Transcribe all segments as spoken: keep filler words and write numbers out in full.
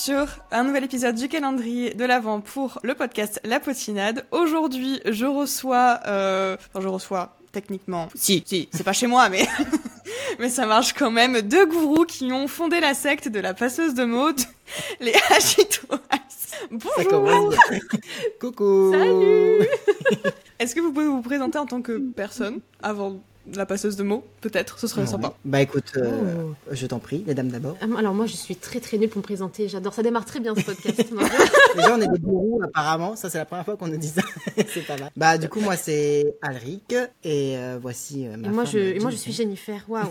sur un nouvel épisode du calendrier de l'Avent pour le podcast La Potinade. Aujourd'hui, je reçois... Euh... Enfin, je reçois techniquement... Si, si, c'est pas chez moi, mais... mais ça marche quand même. Deux gourous qui ont fondé la secte de la passeuse de mots, les Hachitoas. Bonjour. Coucou. Salut. Est-ce que vous pouvez vous présenter en tant que personne avant la passeuse de mots, peut-être, ce serait ouais. sympa. Bah écoute, euh, oh. je t'en prie, les dames d'abord. Alors moi, je suis très très nulle pour me présenter. J'adore, ça démarre très bien ce podcast. Déjà, on est des gourous apparemment. Ça, c'est la première fois qu'on nous dit ça. C'est pas mal. Bah du coup, moi, c'est Alric et euh, voici euh, ma et moi, femme, je, et moi, je suis Jennifer. Waouh.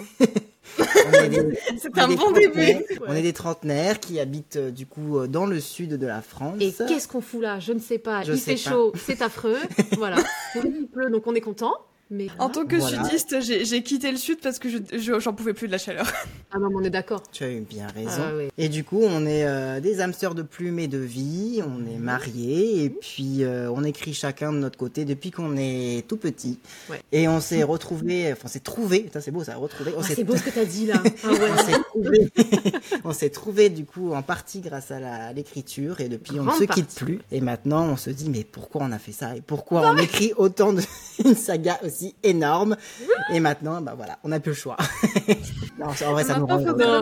C'est un bon début. On est des trentenaires qui habitent euh, du coup euh, dans le sud de la France. Et qu'est-ce qu'on fout là? Je ne sais pas. Je Il sais fait pas. chaud, c'est affreux. Voilà. Il pleut, donc on est content. Mais en tant que voilà. sudiste, j'ai, j'ai quitté le sud parce que je, je, j'en pouvais plus de la chaleur. Ah non, mais on est d'accord. Tu as eu bien raison. Ah, oui. Et du coup, on est euh, des âmes sœurs de plume et de vie. On est mariés et puis euh, on écrit chacun de notre côté depuis qu'on est tout petit. Ouais. Et on s'est retrouvés, enfin, on s'est trouvés. Ça, c'est beau, ça, retrouvé. On Ah, s'est c'est beau ce que t'as dit là. Ah ouais. on s'est trouvés, on s'est trouvés du coup en partie grâce à, la, à l'écriture et depuis Grande on ne se partie. quitte plus. Et maintenant, on se dit mais pourquoi on a fait ça et pourquoi on écrit autant de une saga aussi énorme. Et maintenant, bah voilà, on n'a plus le choix. Non, en vrai, ça nous rend heureux.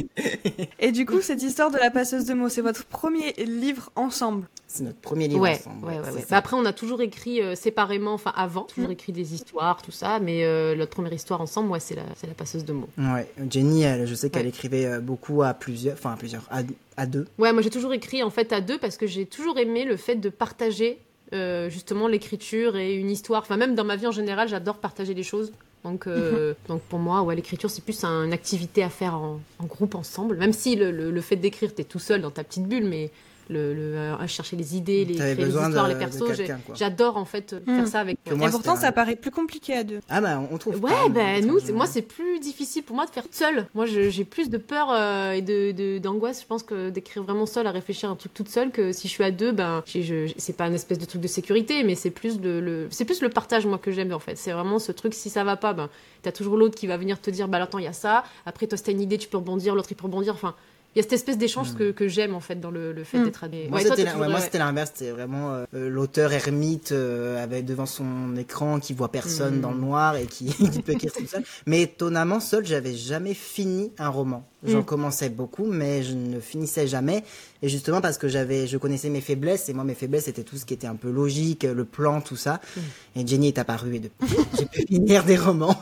Et du coup, cette histoire de la passeuse de mots, c'est votre premier livre ensemble. C'est notre premier livre Ouais, ensemble. ouais, ouais. c'est ouais. ça. Bah après, on a toujours écrit euh, séparément, enfin avant, toujours Mm. écrit des histoires, tout ça, mais euh, notre première histoire ensemble, ouais, c'est la, c'est la passeuse de mots. Ouais, Jenny, elle, je sais qu'elle Ouais. écrivait euh, beaucoup à plusieurs, enfin à plusieurs, à, à deux. Ouais, moi j'ai toujours écrit en fait à deux parce que j'ai toujours aimé le fait de partager euh, justement l'écriture et une histoire. Enfin, même dans ma vie en général, j'adore partager les choses. Donc, euh, donc pour moi, ouais, l'écriture, c'est plus un- une activité à faire en, en groupe ensemble. Même si le, le, le fait d'écrire, t'es tout seul dans ta petite bulle, mais le, le, euh, à chercher les idées, les, T'avais créer les besoin histoires, de- les de persos, j'ai- quelqu'un, quoi. j'adore en fait Mm. faire ça avec. Que moi, Et pourtant, c'était ça un- paraît plus compliqué à deux. Ah bah on trouve Ouais, pas. ben nous, nous, c'est, étrangement. moi, c'est plus difficile pour moi de faire seule. Moi, je- j'ai plus de peur euh, et de, de- d'angoisse, je pense, que d'écrire vraiment seule, à réfléchir à un truc toute seule, que si je suis à deux, ben, j'ai- je, c'est pas une espèce de truc de sécurité, mais c'est plus le, le- c'est plus le partage, moi, que j'aime, en fait. C'est vraiment ce truc, si ça va pas, ben, t'as toujours l'autre qui va venir te dire, bah, attends, il y a ça. Après, toi, si t'as une idée, tu peux rebondir, l'autre, il peut rebondir. Enfin, il y a cette espèce d'échange Mm. que, que j'aime, en fait, dans le, le fait Mm. d'être à deux. Moi, Ouais, toi, c'était, t'as la- toujours- ouais, moi, ouais. c'était l'inverse, c'était vraiment euh, euh, l'auteur ermite euh, avec devant son écran qui voit personne Mm. dans le noir et qui, qui peut écrire tout seul. Mais étonnamment, seul, j'avais jamais fini un roman. J'en Mm. commençais beaucoup, mais je ne finissais jamais. Et justement parce que j'avais, je connaissais mes faiblesses et moi mes faiblesses c'était tout ce qui était un peu logique, le plan, tout ça. Mm. Et Jenny est apparue et depuis j'ai pu finir des romans.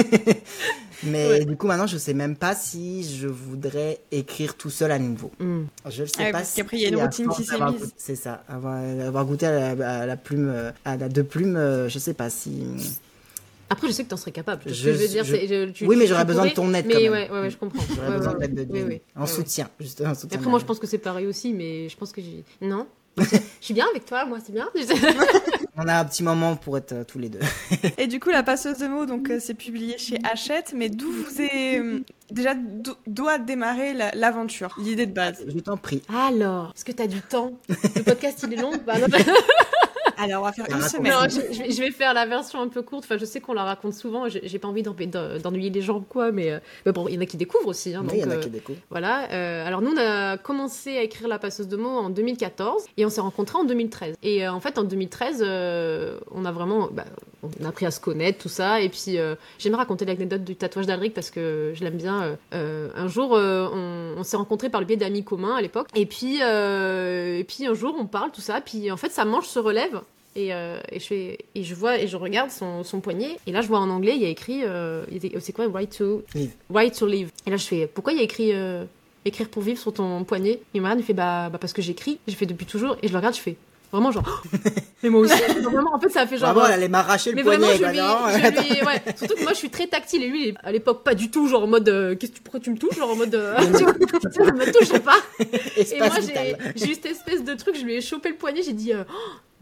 Mais Ouais. du coup maintenant je sais même pas si je voudrais écrire tout seul à nouveau. Mm. Je le sais Ouais, pas. parce qu'après, il y a si une à routine force qui s'est d'avoir mise. goûté- C'est ça. Avoir, avoir goûté à la, à la plume, euh, à la deux plumes, euh, je sais pas si. Après, je sais que t'en serais capable. Ce que Je- je veux dire, je- c'est, je- tu- Oui, mais tu j'aurais besoin de pourrais, ton aide Mais quand même. ouais, ouais, ouais, je comprends. J'aurais Ouais, besoin ouais, de l'aide de ouais, Jenny. ouais, En ouais, soutien, juste un ouais. soutien. Après, moi, je pense que c'est pareil aussi, mais je pense que j'ai. Non. Je suis bien avec toi, moi, c'est bien. On a un petit moment pour être euh, tous les deux. Et du coup, la passeuse de mots, donc, euh, c'est publié chez Hachette, mais d'où vous est... euh, déjà, d'o- doit démarrer la- l'aventure, l'idée de base. Je t'en prie. Alors, est-ce que t'as du temps? Le podcast, il est long? Bah, non, Alors, on va faire Ah, une raconte. semaine. non, je, je vais, je vais faire la version un peu courte. Enfin, je sais qu'on la raconte souvent. J'ai, j'ai pas envie d'en- d'en- d'ennuyer les gens, quoi. Mais, euh, mais bon, il y en a qui découvrent aussi. Hein, Oui, donc, il y en a euh, qui découvrent. Voilà. Euh, alors nous, on a commencé à écrire La Passeuse de mots en deux mille quatorze et on s'est rencontrés en deux mille treize. Et euh, en fait, en deux mille treize, euh, on a vraiment, bah, on a appris à se connaître, tout ça. Et puis, euh, j'aime raconter l'anecdote du tatouage d'Alric parce que je l'aime bien. Euh, euh, un jour, euh, on, on s'est rencontrés par le biais d'amis communs à l'époque. Et puis, euh, et puis un jour, on parle, tout ça. Puis en fait, sa manche se relève. Et, euh, et, je fais, et je vois et je regarde son, son poignet et là je vois en anglais il y a écrit euh, il était- c'est quoi write to Live. write to live et là je fais pourquoi il y a écrit euh, écrire pour vivre sur ton poignet. Il me regarde il fait bah, bah parce que j'écris j'ai fait depuis toujours et je le regarde je fais vraiment genre mais moi aussi Genre, vraiment en fait ça a fait genre Vraiment, elle allait m'arracher le mais poignet. vraiment, je quoi, lui, non je lui- ouais. Surtout que moi, je suis très tactile et lui, il est- à l'époque, pas du tout, genre en mode, euh, qu'est-ce que tu, pourquoi tu me touches, genre en mode, euh, tu me touches pas. Et Espace moi, vital. j'ai, j'ai eu cette espèce de truc, je lui ai chopé le poignet, j'ai dit, euh, oh,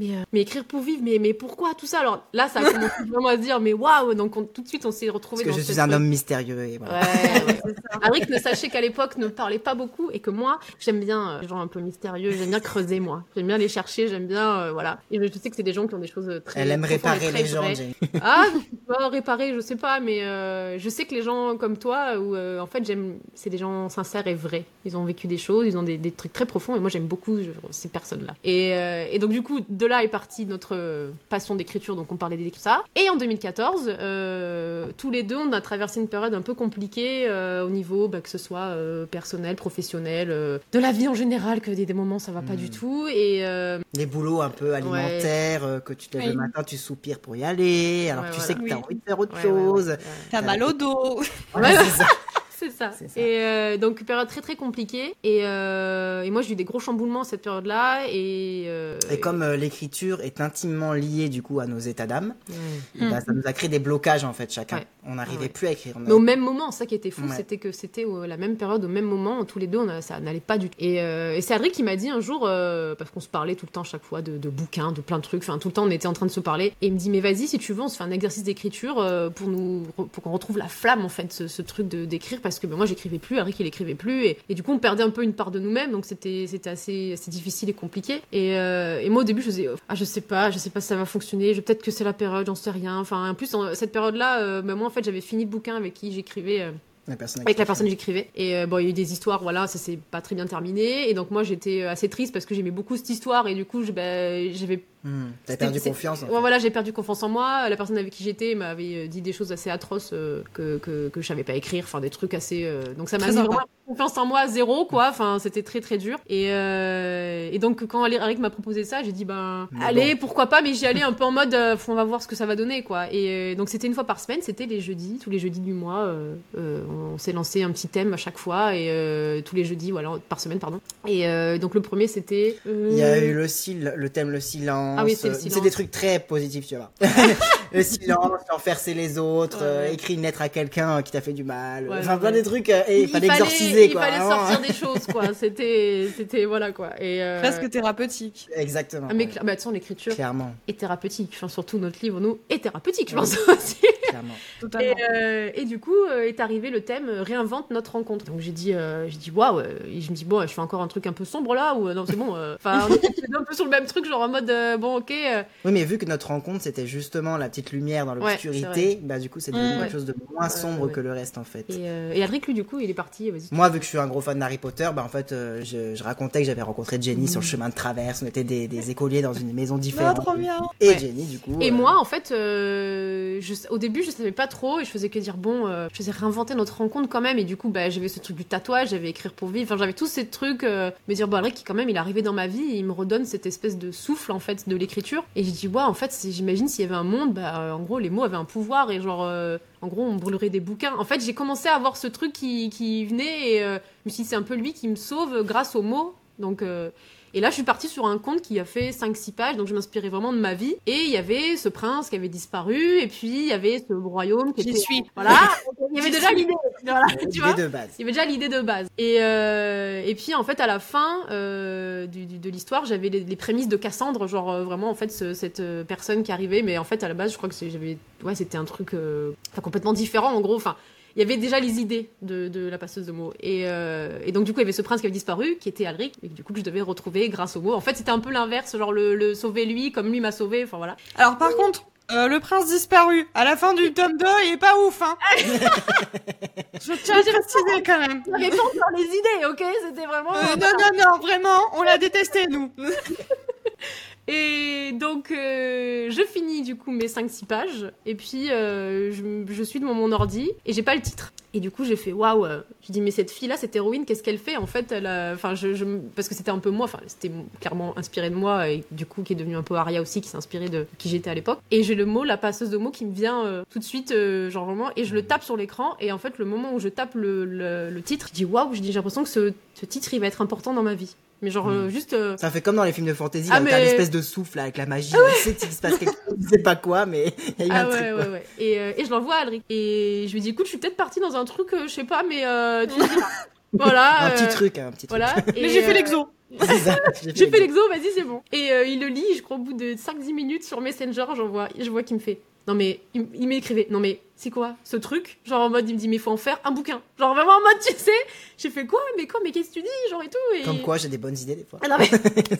mais, euh, mais écrire pour vivre, mais, mais pourquoi tout ça? Alors là, ça a commencé vraiment à se dire, mais waouh! Donc on, tout de suite, on s'est retrouvés dans Parce que je suis un truc. homme mystérieux. Et voilà. Ouais, ouais. Alric ne sachait qu'à l'époque ne parlait pas beaucoup et que moi, j'aime bien euh, les gens un peu mystérieux, j'aime bien creuser, moi. J'aime bien les chercher, j'aime bien, euh, voilà. Et je sais que c'est des gens qui ont des choses très. Elle aime réparer les gens, Jenny. Ah, bah, réparer, je sais pas, mais euh, je sais que les gens comme toi, où euh, en fait, j'aime, c'est des gens sincères et vrais. Ils ont vécu des choses, ils ont des, des trucs très profonds et moi, j'aime beaucoup je, ces personnes-là. Et, euh, et donc, du coup, de là est partie notre passion d'écriture, donc on parlait d'écrire ça. Et en deux mille quatorze, euh, tous les deux, on a traversé une période un peu compliquée euh, au niveau, bah, que ce soit euh, personnel, professionnel, euh, de la vie en général, que des, des moments, ça va pas mmh. du tout. Et euh... les boulots un peu alimentaires, ouais. euh, que tu te lèves oui. le matin, tu soupires pour y aller, alors ouais, que tu voilà. sais que t'as oui. envie de faire autre ouais, chose. Ouais, ouais, ouais. T'as mal au dos. Ouais, c'est ça. C'est ça. C'est ça. Et euh, donc période très très compliquée. Et, euh, et moi j'ai eu des gros chamboulements cette période-là. Et, euh, et comme euh, l'écriture est intimement liée du coup à nos états d'âme, mmh. bah, ça nous a créé des blocages en fait chacun. Ouais. On n'arrivait ouais. plus à écrire. Mais avait... au même moment, ça qui était fou, ouais. c'était que c'était euh, la même période, au même moment, où tous les deux, on a, ça n'allait pas du tout. Et, euh, et c'est Alric qui m'a dit un jour, euh, parce qu'on se parlait tout le temps chaque fois de, de bouquins, de plein de trucs. Enfin tout le temps on était en train de se parler. Et il me dit mais vas-y si tu veux, on se fait un exercice d'écriture euh, pour nous, pour qu'on retrouve la flamme en fait, ce, ce truc de, d'écrire parce que ben, moi j'écrivais plus. Alric il écrivait plus et, et du coup on perdait un peu une part de nous-mêmes donc c'était c'était assez assez difficile et compliqué et, euh, et moi au début je faisais ah je sais pas je sais pas si ça va fonctionner je, peut-être que c'est la période j'en sais rien enfin en plus en, cette période là euh, bah, moi en fait j'avais fini le bouquin avec qui j'écrivais euh, La avec la personne que j'écrivais et euh, bon il y a eu des histoires voilà ça s'est pas très bien terminé et donc moi j'étais assez triste parce que j'aimais beaucoup cette histoire et du coup je, bah, j'avais Mmh, t'as perdu confiance en fait. Ouais, voilà, j'ai perdu confiance en moi. La personne avec qui j'étais m'avait dit des choses assez atroces euh, que, que, que je savais pas écrire, enfin des trucs assez. Euh... Donc ça m'a mis vraiment confiance en moi à zéro, quoi. Enfin, c'était très très dur. Et, euh... et donc quand Alric m'a proposé ça, j'ai dit ben mais allez, bon. pourquoi pas, mais j'y allais un peu en mode euh, on va voir ce que ça va donner, quoi. Et euh, donc c'était une fois par semaine, c'était les jeudis, tous les jeudis du mois. Euh, euh, on s'est lancé un petit thème à chaque fois et euh, tous les jeudis, voilà, par semaine, pardon. Et euh, donc le premier c'était. Euh... Il y a eu le, sil- le thème le silence. Ah oui, c'est le silence. C'est des trucs très positifs, tu vois. Le silence, enfercer les autres, ouais, ouais. Euh, écrire une lettre à quelqu'un qui t'a fait du mal. Ouais, enfin, plein ouais. des trucs, euh, et il fallait exorciser, quoi. Il fallait vraiment. sortir des choses, quoi. C'était, c'était, voilà, quoi. Et euh... presque thérapeutique. Exactement. Ah, mais, ouais. bah, de toute façon, l'écriture Clairement. est thérapeutique. Enfin, surtout notre livre, nous, est thérapeutique, je pense aussi. Clairement. Totalement. Et, euh, et du coup, euh, est arrivé le thème euh, réinvente notre rencontre. Donc j'ai dit, euh, j'ai dit waouh. Euh, et je me dis bon, je fais encore un truc un peu sombre là ou euh, non c'est bon. Enfin, euh, on est un peu sur le même truc, genre en mode euh, bon ok. Euh... Oui, mais vu que notre rencontre c'était justement la petite lumière dans l'obscurité, ouais, bah du coup c'est devenu mmh, quelque ouais. chose de moins sombre euh, ouais. que le reste en fait. Et, euh, et Alric lui du coup il est parti. Vas-y. Moi vu que je suis un gros fan d'Harry Potter, bah en fait euh, je, je racontais que j'avais rencontré Jenny mmh. sur le chemin de traverse. On était des, des écoliers dans une maison différente. Oh, trop bien. Et ouais. Jenny du coup. Et euh... moi en fait, euh, je, au début je savais pas trop. Et je faisais que dire bon euh, je faisais réinventer notre rencontre quand même et du coup bah j'avais ce truc du tatouage, j'avais écrire pour vivre, enfin j'avais tous ces trucs euh, me dire bon Alric qui quand même il est arrivé dans ma vie et il me redonne cette espèce de souffle en fait de l'écriture et j'ai dit ouais en fait j'imagine s'il y avait un monde bah euh, en gros les mots avaient un pouvoir et genre euh, en gros on brûlerait des bouquins. En fait j'ai commencé à avoir ce truc qui, qui venait et euh, je me suis dit c'est un peu lui qui me sauve grâce aux mots donc euh, et là, je suis partie sur un conte qui a fait cinq six pages, donc je m'inspirais vraiment de ma vie. Et il y avait ce prince qui avait disparu, et puis il y avait ce royaume qui J'y était... suis. Voilà, il y avait déjà l'idée. Voilà, tu vois, de base. Il y avait déjà l'idée de base. Et, euh, et puis, en fait, à la fin euh, du, du, de l'histoire, j'avais les, les prémices de Cassandre, genre euh, vraiment, en fait, ce, cette euh, personne qui arrivait. Mais en fait, à la base, je crois que c'est, j'avais... Ouais, c'était un truc euh, complètement différent, en gros. Enfin... Il y avait déjà les idées de, de la passeuse de mots. Et, euh, et donc, du coup, il y avait ce prince qui avait disparu, qui était Alric, et du coup, que je devais retrouver grâce aux mots. En fait, c'était un peu l'inverse, genre le, le sauver lui, comme lui m'a sauvé, enfin voilà. Alors, par contre, euh, le prince disparu, à la fin du tome deux, il est pas ouf, hein. Je tiens à préciser quand même. J'avais pas encore les idées, ok? C'était vraiment... Euh, non, non, non, vraiment, on l'a détesté, nous. Et donc, euh, je finis du coup mes cinq six pages, et puis euh, je, je suis devant mon ordi, et j'ai pas le titre. Et du coup, j'ai fait waouh. Je dis mais cette fille-là, cette héroïne, qu'est-ce qu'elle fait en fait elle a... Enfin, je, je, parce que c'était un peu moi, enfin, c'était clairement inspiré de moi, et du coup, qui est devenu un peu Aria aussi, qui s'est inspiré de qui j'étais à l'époque. Et j'ai le mot, la passeuse de mots, qui me vient euh, tout de suite, euh, genre vraiment, et je le tape sur l'écran. Et en fait, le moment où je tape le, le, le titre, je dis waouh. Je dis j'ai l'impression que ce, ce titre, il va être important dans ma vie. Mais genre, euh, juste... Euh... Ça fait comme dans les films de fantasy, ah, là, où mais... t'as l'espèce de souffle, là, avec la magie, ah, ouais. Tu sais qu'il se passe quelque chose, tu sais pas quoi, mais il y a eu ah, un ouais, truc, ouais, ouais. Et, euh, et je l'envoie à Alric. Et je lui dis, écoute, je suis peut-être partie dans un truc, euh, je sais pas, mais euh, tu dis pas. Voilà. un euh, petit truc, un petit truc. Voilà. Et mais j'ai euh... fait l'exo. C'est ça, j'ai fait, j'ai fait l'exo, vas-y, c'est bon. Et euh, il le lit, je crois, au bout de cinq dix minutes sur Messenger, j'en vois, je vois qu'il me fait. Non mais, il, il m'écrivait, non mais, c'est quoi ce truc? Genre en mode, il me dit, mais il faut en faire un bouquin. Genre vraiment en mode, tu sais, j'ai fait quoi? Mais quoi? Mais qu'est-ce que tu dis? Genre et tout. Et... Comme quoi, j'ai des bonnes idées des fois. Ah non mais,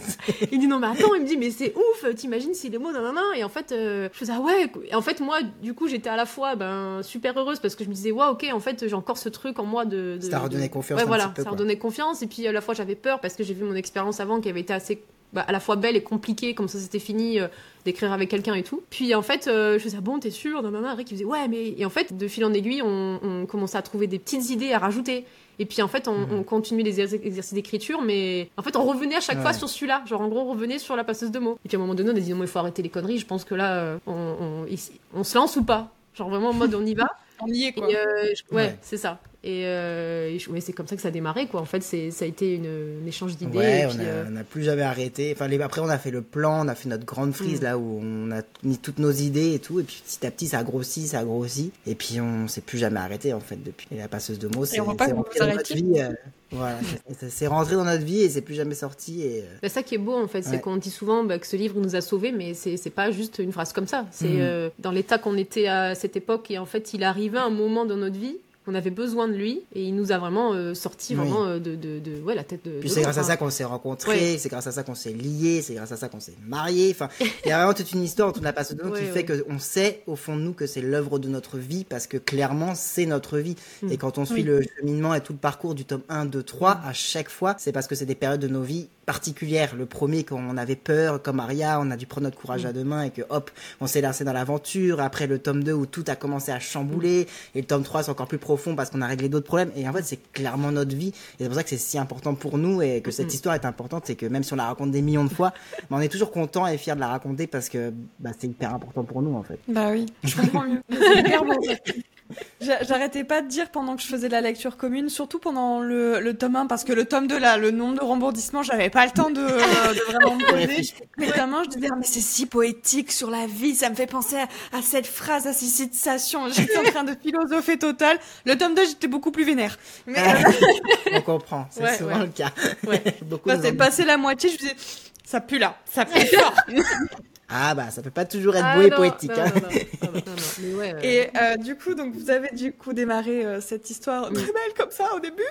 il dit, non mais attends, il me dit, mais c'est ouf, t'imagines si les mots dans ma main. Et en fait, euh, je faisais, ah ouais. Et en fait, moi, du coup, j'étais à la fois ben, super heureuse parce que je me disais, ouais, ok, en fait, j'ai encore ce truc en moi de. de ça a redonné confiance. Ouais, un voilà, petit peu, ça a quoi. redonné confiance. Et puis à la fois, j'avais peur parce que j'ai vu mon expérience avant qui avait été assez. Bah, à la fois belle et compliquée, comme ça c'était fini euh, d'écrire avec quelqu'un et tout. Puis en fait, euh, je faisais, ah bon, t'es sûre? Non, maman, Rick, il faisait, ouais, mais. Et en fait, de fil en aiguille, on, on commençait à trouver des petites idées à rajouter. Et puis en fait, on, mmh. on continuait les exercices d'écriture, mais en fait, on revenait à chaque ouais. fois sur celui-là. Genre, en gros, on revenait sur la passeuse de mots. Et puis à un moment donné, on a dit, non, mais il faut arrêter les conneries. Je pense que là, euh, on, on, ici, on se lance ou pas? Genre, vraiment en mode, on y va. On y est, quoi. Et, euh, je, ouais, ouais, c'est ça. Et, euh, et je, ouais, c'est comme ça que ça a démarré, quoi. En fait, c'est, ça a été une, un échange d'idées. Ouais, et on puis, n'a euh... plus jamais arrêté. Enfin, les, après, on a fait le plan, on a fait notre grande frise, mmh. là où on a mis toutes nos idées et tout. Et puis, petit à petit, ça a grossi, ça a grossi. Et puis, on s'est plus jamais arrêté, en fait, depuis. Et la passeuse de mots, c'est, c'est rentré dans notre vie. Euh, voilà, c'est, c'est rentré dans notre vie et c'est plus jamais sorti. Et, euh... C'est ça qui est beau, en fait. C'est ouais. qu'on dit souvent bah, que ce livre nous a sauvés, mais c'est, c'est pas juste une phrase comme ça. C'est mmh. euh, dans l'état qu'on était à cette époque. Et en fait, il arrivait un moment dans notre vie. On avait besoin de lui et il nous a vraiment euh, sorti vraiment oui. euh, de, de, de ouais, la tête de. Puis de c'est grâce hein. à ça qu'on s'est rencontrés, ouais. c'est grâce à ça qu'on s'est liés, c'est grâce à ça qu'on s'est mariés. Enfin, il y a vraiment toute une histoire autour de la passeuse de mots ouais, qui ouais. fait qu'on sait au fond de nous que c'est l'œuvre de notre vie parce que clairement c'est notre vie. Mmh. Et quand on suit oui. le cheminement et tout le parcours du tome un, deux, trois, à chaque fois, c'est parce que c'est des périodes de nos vies particulières. Le premier, quand on avait peur, comme Aria, on a dû prendre notre courage mmh. à deux mains et que hop, on s'est lancé dans l'aventure. Après le tome deux où tout a commencé à chambouler mmh. et le tome trois c'est encore plus profond parce qu'on a réglé d'autres problèmes. Et en fait, c'est clairement notre vie. Et c'est pour ça que c'est si important pour nous et que cette mmh. histoire est importante. C'est que même si on la raconte des millions de fois, bah, on est toujours content et fier de la raconter parce que bah, c'est hyper important pour nous en fait. Bah oui, je comprends mieux. C'est hyper beau en fait. J'arrêtais pas de dire pendant que je faisais la lecture commune, surtout pendant le, le tome un, parce que le tome deux, là, le nombre de rebondissements, j'avais pas le temps de, de vraiment me poser. Mais vraiment, je disais, ah, mais c'est si poétique sur la vie, ça me fait penser à, à cette phrase, à ces citations. J'étais en train de philosopher total. Le tome deux, j'étais beaucoup plus vénère. Mais... On comprend, c'est ouais, souvent ouais. le cas. Ouais. Beaucoup bah, c'est passé la moitié, je me disais, ça pue là, ça pue fort. Ah bah ça peut pas toujours être ah, beau non, et poétique. Non, hein. non, non, non, non, non, mais ouais, euh... Et euh, du coup, donc vous avez du coup démarré euh, cette histoire très belle comme ça au début.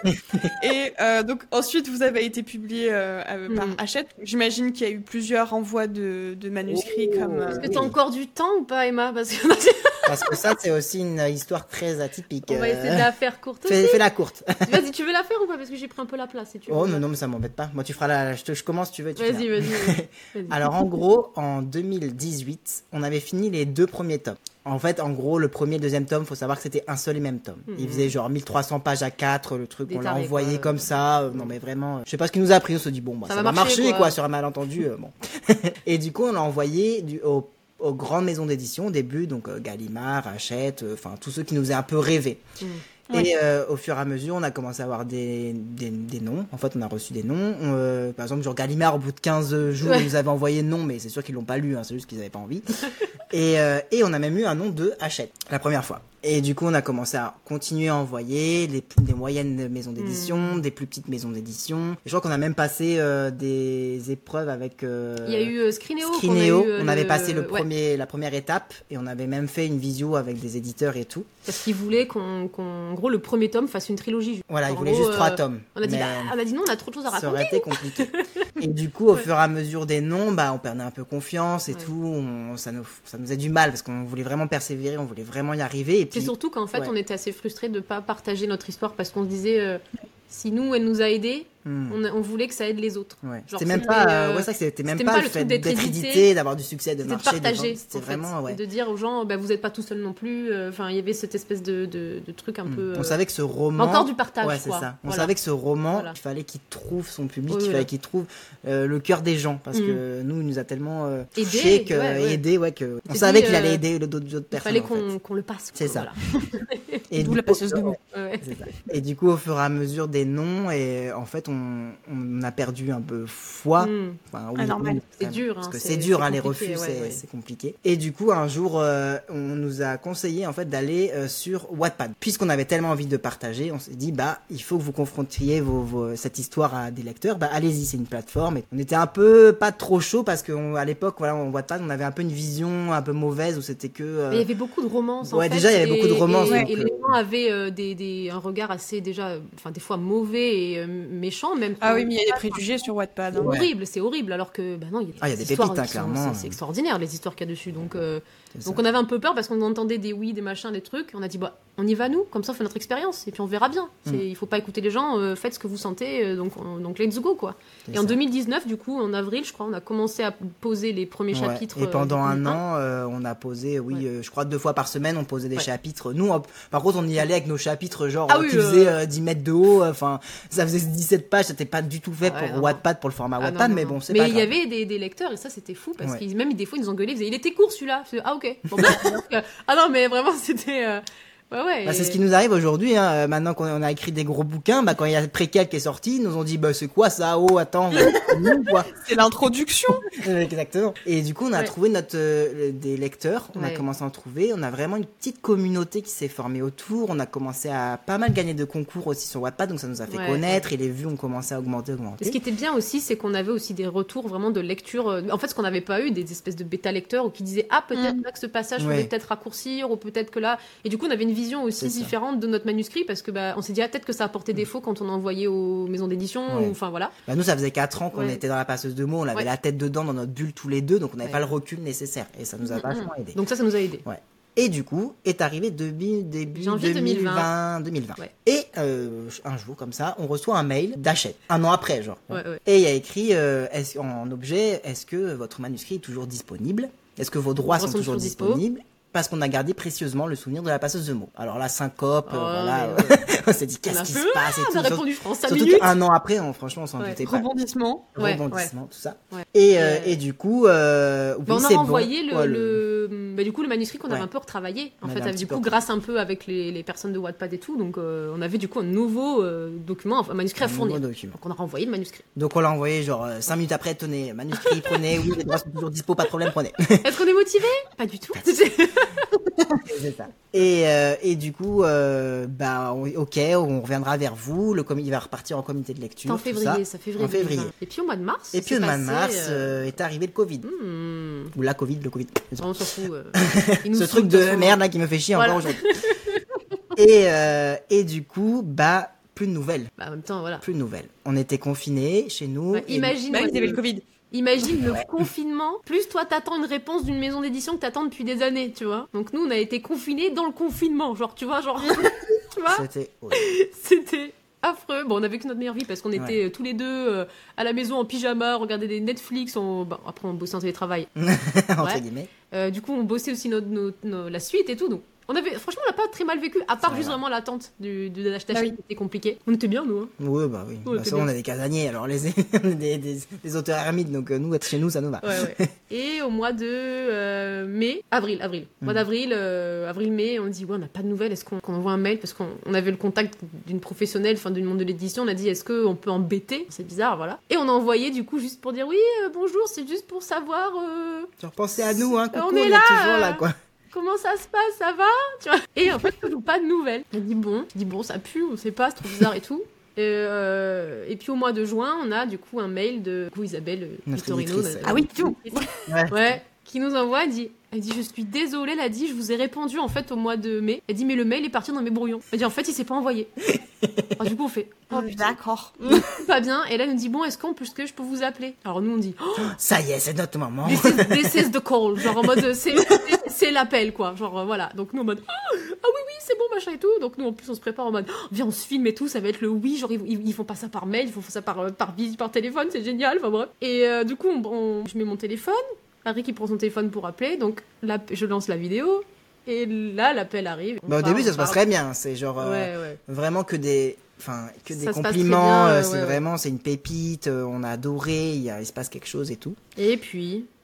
Et euh, donc ensuite vous avez été publié euh, euh, par mm. Hachette. J'imagine qu'il y a eu plusieurs envois de, de manuscrits oh, comme. Euh... Est-ce que t'as encore du temps ou pas, Emma? Parce que parce que ça c'est aussi une histoire très atypique. On va essayer de la faire courte. Fais, fais la courte. Vas-y, tu veux la faire ou pas? Parce que j'ai pris un peu la place. Si tu veux. Oh non non mais ça m'embête pas. Moi tu feras la. Je, te... je commence, tu veux. Tu vas-y, vas-y, vas-y. Vas-y. Alors en gros en deux mille dix-huit, on avait fini les deux premiers tomes. En fait, en gros, le premier et le deuxième tome, faut savoir que c'était un seul et même tome. Mmh. Il faisait genre mille trois cents pages à quatre, le truc, Détaré, on l'a envoyé quoi, comme euh... ça. Euh, non mais vraiment, euh, je sais pas ce qui nous a pris, on se dit bon, bah, ça, ça va marcher, quoi. quoi, sur un malentendu. Euh, bon. Et du coup, on l'a envoyé du, au, aux grandes maisons d'édition au début, donc euh, Gallimard, Hachette, enfin euh, tous ceux qui nous faisaient un peu rêver. Mmh. Ouais. Et euh, au fur et à mesure, on a commencé à avoir des, des, des noms. En fait, on a reçu des noms. Euh, par exemple, genre Gallimard, au bout de quinze jours, ouais. ils nous avaient envoyé non, mais c'est sûr qu'ils l'ont pas lu, hein, c'est juste qu'ils avaient pas envie. et, euh, et on a même eu un nom de Hachette, la première fois. Et du coup, on a commencé à continuer à envoyer les, des moyennes maisons d'édition, mmh. des plus petites maisons d'édition. Je crois qu'on a même passé euh, des épreuves avec... Euh, Il y a eu euh, Scrinéo. Scrinéo. On, a eu, euh, on avait le... passé le ouais. premier, la première étape et on avait même fait une visio avec des éditeurs et tout. Parce qu'ils voulaient qu'on, qu'on, en gros, le premier tome fasse une trilogie. Voilà, ils en voulaient gros, juste euh, trois tomes. On a, dit, bah, on a dit non, on a trop de choses à raconter. Ça aurait été compliqué. Et du coup, au ouais. fur et à mesure des noms, bah, on perdait un peu confiance et ouais. tout. On, ça, nous, ça nous faisait du mal parce qu'on voulait vraiment persévérer, on voulait vraiment y arriver. Et puis, c'est surtout qu'en fait, ouais. on était assez frustrés de ne pas partager notre histoire parce qu'on se disait, euh, si nous, elle nous a aidés, Hmm. On, on voulait que ça aide les autres. Ouais. Genre, c'était même pas, euh, ouais, ça, c'était même pas, pas le fait d'être édité, d'avoir du succès, de marcher, de partager. C'était vraiment, ouais. De dire aux gens, bah, vous n'êtes pas tout seul non plus. Enfin, euh, il y avait cette espèce de, de, de truc un hmm. peu. On euh... savait que ce roman. Encore du partage, ouais, c'est quoi. ça. On voilà. savait que ce roman, voilà. il fallait qu'il trouve son public, oui, il fallait voilà. qu'il trouve euh, le cœur des gens, parce hmm. que nous, il nous a tellement euh, aidé, touché que, ouais, ouais. aidé, ouais, que on dit, savait qu'il allait aider d'autres personnes. Il fallait qu'on, qu'on le passe. C'est ça. Et d'où la passeuse de mots. Et du coup, au fur et à mesure des noms, et en fait, on, on a perdu un peu foi. Mm. Enfin, ah, normal. C'est dur. Parce hein, que c'est, c'est dur, c'est hein, les refus, ouais, c'est, ouais. c'est compliqué. Et du coup, un jour, euh, on nous a conseillé en fait d'aller euh, sur Wattpad. Puisqu'on avait tellement envie de partager, on s'est dit, bah, il faut que vous confrontiez vos, vos, cette histoire à des lecteurs. Bah, allez-y, c'est une plateforme. Et on était un peu pas trop chaud parce qu'à l'époque, voilà, on Wattpad, on avait un peu une vision un peu mauvaise où c'était que. Euh... Mais il y avait beaucoup de romances. Ouais, en fait, déjà, il y avait et, beaucoup de romances. Et, donc, et euh... les gens avaient euh, des, des, un regard assez déjà, enfin des fois mauvais et euh, méchant même. Ah oui, mais il y a des préjugés sur Wattpad. C'est Hein. horrible, c'est horrible. Alors que, bah non, il y a des, ah, il y a des histoires pépites, hein, qui clairement. sont, c'est, c'est extraordinaire les histoires qu'il y a dessus. Donc, euh, C'est donc ça. on avait un peu peur parce qu'on entendait des oui, des machins, des trucs. On a dit bah on y va nous, comme ça on fait notre expérience et puis on verra bien. C'est, Mm. Il faut pas écouter les gens, euh, faites ce que vous sentez. euh, donc, on- donc let's go quoi. C'est Et en ça. deux mille dix-neuf, du coup, en avril, je crois, on a commencé à poser les premiers Ouais. chapitres. Et euh, pendant du un coup, an, euh, on a posé, oui, Ouais. euh, je crois deux fois par semaine, on posait des Ouais. chapitres. Nous, on- par contre, on y allait avec nos chapitres, genre, Ah euh, oui, qui euh, faisaient euh, dix mètres de haut. Enfin, ça faisait dix-sept pages. C'était pas du tout fait Ah ouais, pour non, Wattpad, pour le format Ah, Wattpad, non, mais non, bon, non. c'est Mais pas il y grave. avait des, des lecteurs et ça c'était fou parce Ouais. qu'ils même des fois ils nous engueulaient, ils disaient il était court celui-là. Je faisais, ah ok. Bon, bah, donc, euh, ah non mais vraiment c'était euh, ouais ouais. Bah, et- c'est ce qui nous arrive aujourd'hui, hein. Euh, Maintenant qu'on on a écrit des gros bouquins, bah, quand il y a Préquel qui est sorti, ils nous ont dit, bah, c'est quoi ça? Oh, attends, c'est nous, quoi. C'est l'introduction. Exactement. Et du coup, on a Ouais. trouvé notre, euh, des lecteurs, on a Ouais. commencé à en trouver, on a vraiment une petite communauté qui s'est formée autour, on a commencé à pas mal gagner de concours aussi sur Wattpad, donc ça nous a fait Ouais. connaître, et les vues ont commencé à augmenter, augmenter. Et ce qui était bien aussi, c'est qu'on avait aussi des retours vraiment de lecture. euh, En fait, ce qu'on n'avait pas eu, des espèces de bêta lecteurs ou qui disaient ah peut-être Mm. là que ce passage Ouais. pouvait peut-être raccourcir ou peut-être que là. Et du coup, on avait une vision aussi C'est ça. différente de notre manuscrit parce que bah on s'est dit ah peut-être que ça apportait défaut quand on envoyait aux maisons d'édition Ouais. ou enfin voilà. Bah, nous, ça faisait quatre ans qu'on Ouais. était dans la passeuse de mots, on avait Ouais. la tête dedans dans notre bulle tous les deux, donc on n'avait Ouais. pas le recul nécessaire, et ça nous a vachement aidé. Donc ça, ça nous a aidé. Et du coup, est arrivé début, début Janvier deux mille vingt. deux mille vingt. Ouais. Et euh, un jour, comme ça, on reçoit un mail d'achat, un an après, genre. Ouais, ouais. Et il y a écrit euh, est-ce- en objet, est-ce que votre manuscrit est toujours disponible? Est-ce que vos droits droits sont sont toujours toujours dispo. disponibles? Parce qu'on a gardé précieusement le souvenir de la passeuse de mots. Alors la syncope, euh, Oh, voilà, mais on s'est dit On qu'est-ce a qui fait, se passe et Ah, tout. on a Surtout, répondu France cinq surtout minutes. qu'un an après, on, franchement, on s'en Ouais. doutait pas. Rebondissement. Ouais, Rebondissement, tout ça. Ouais. Et, euh, Euh, et du coup, euh, oui, Bah, on a c'est renvoyé bon. le, Ouais, le... Bah, du coup le manuscrit qu'on Ouais. avait un peu retravaillé en On fait avait un du petit coup peu grâce un peu avec les, les personnes de Wattpad et tout donc euh, on avait du coup un nouveau euh, document enfin, un manuscrit un à fournir nouveau document. donc on a renvoyé le manuscrit. Donc on l'a envoyé genre cinq minutes après, tenez, manuscrit, prenez, oui, les droits sont toujours dispo, pas de problème, prenez. Est-ce qu'on est motivé? Pas du tout. C'est ça. Et, euh, et du coup, euh, bah, on- ok, on reviendra vers vous, le comité va repartir en comité de lecture. en tout février ça. ça février, En février. deux mille vingt. Et puis au mois de mars Et puis c'est au mois de passé, mars euh, euh, est arrivé le Covid. hmm, Ou la Covid, le Covid. on s'en fout euh, il nous Ce saoule, truc de toute de façon. merde là qui me fait chier Voilà. encore aujourd'hui. et, euh, et du coup, bah, plus de nouvelles. Bah, en même temps voilà. Plus de nouvelles. On était confinés chez nous. Ouais, et- imagine Bah oui, ouais, il y avait le Covid. Imagine le confinement, plus toi t'attends une réponse d'une maison d'édition que t'attends depuis des années, tu vois. Donc nous on a été confinés dans le confinement, genre tu vois, genre tu vois, C'était horrible. c'était affreux. Bon on a vécu notre meilleure vie parce qu'on était Ouais. euh, tous les deux euh, à la maison en pyjama, on regardait des Netflix, on... bah, après on bossait en télétravail. Entre Ouais. guillemets. Euh, du coup on bossait aussi notre, notre- nos- la suite et tout, donc on avait, franchement on n'a pas très mal vécu, à part Ça juste va. vraiment l'attente du, du d'achat Ah oui. qui était compliqué. On était bien nous, hein. Oui, bah oui. Ouais, Bah, t'es ça, bien. on est des casaniers, alors les, on est des, des, des auteurs ermites, donc euh, nous, être chez nous, ça nous va. Ouais, ouais. Et au mois de euh, mai, avril, avril, mois Mm. d'avril, euh, avril-mai, on dit ouais, on n'a pas de nouvelles. Est-ce qu'on qu'on envoie un mail parce qu'on on avait le contact d'une professionnelle, enfin du monde de l'édition. On a dit est-ce qu'on peut embêter? C'est bizarre, voilà. Et on a envoyé du coup juste pour dire oui, euh, bonjour, c'est juste pour savoir euh, Tu repensais à nous, hein, coucou, On on est est, là, toujours euh. là, quoi. comment ça se passe, ça va, tu vois. Et en fait, toujours pas de nouvelles. On dit bon, je dis bon, ça pue, on sait pas, c'est trop bizarre et tout. Et, euh, et puis au mois de juin, on a du coup un mail de du coup, Isabelle euh, Notre Vittorino, éditrice, notre- Ah oui, tout. Ouais. Ouais, qui nous envoie, elle dit, elle dit, je suis désolée, elle a dit, je vous ai répondu en fait au mois de mai. Elle dit, mais le mail est parti dans mes brouillons. Elle dit, en fait, il s'est pas envoyé. Alors, du coup, on fait, oh putain, D'accord. pas bien. Et là, elle nous dit, bon, est-ce qu'on peut, est-ce que je peux vous appeler? Alors nous, on dit, oh, Ça y est, c'est notre moment. this is, this is the call. Genre en mode, c'est, c'est l'appel, quoi. Genre euh, voilà. Donc nous, en mode, oh, ah oui, oui, c'est bon, machin et tout. Donc nous, en plus, on se prépare en mode, oh, viens, on se filme et tout, ça va être le oui. Genre, ils, ils, ils font pas ça par mail, ils font ça par, euh, par visite, par téléphone, c'est génial. Enfin bref. Et euh, du coup, on, on- je mets mon téléphone. Harry qui prend son téléphone pour appeler, donc là, je lance la vidéo, et là, l'appel arrive. On Bah, au parle, début, ça on se passe parle. très bien. C'est genre euh, Ouais, ouais. vraiment que des, enfin, que des Ça se passe très compliments. bien, euh, ouais, c'est ouais. vraiment, c'est une pépite. euh, on a adoré. Il, y a, il se passe quelque chose et tout. Et puis,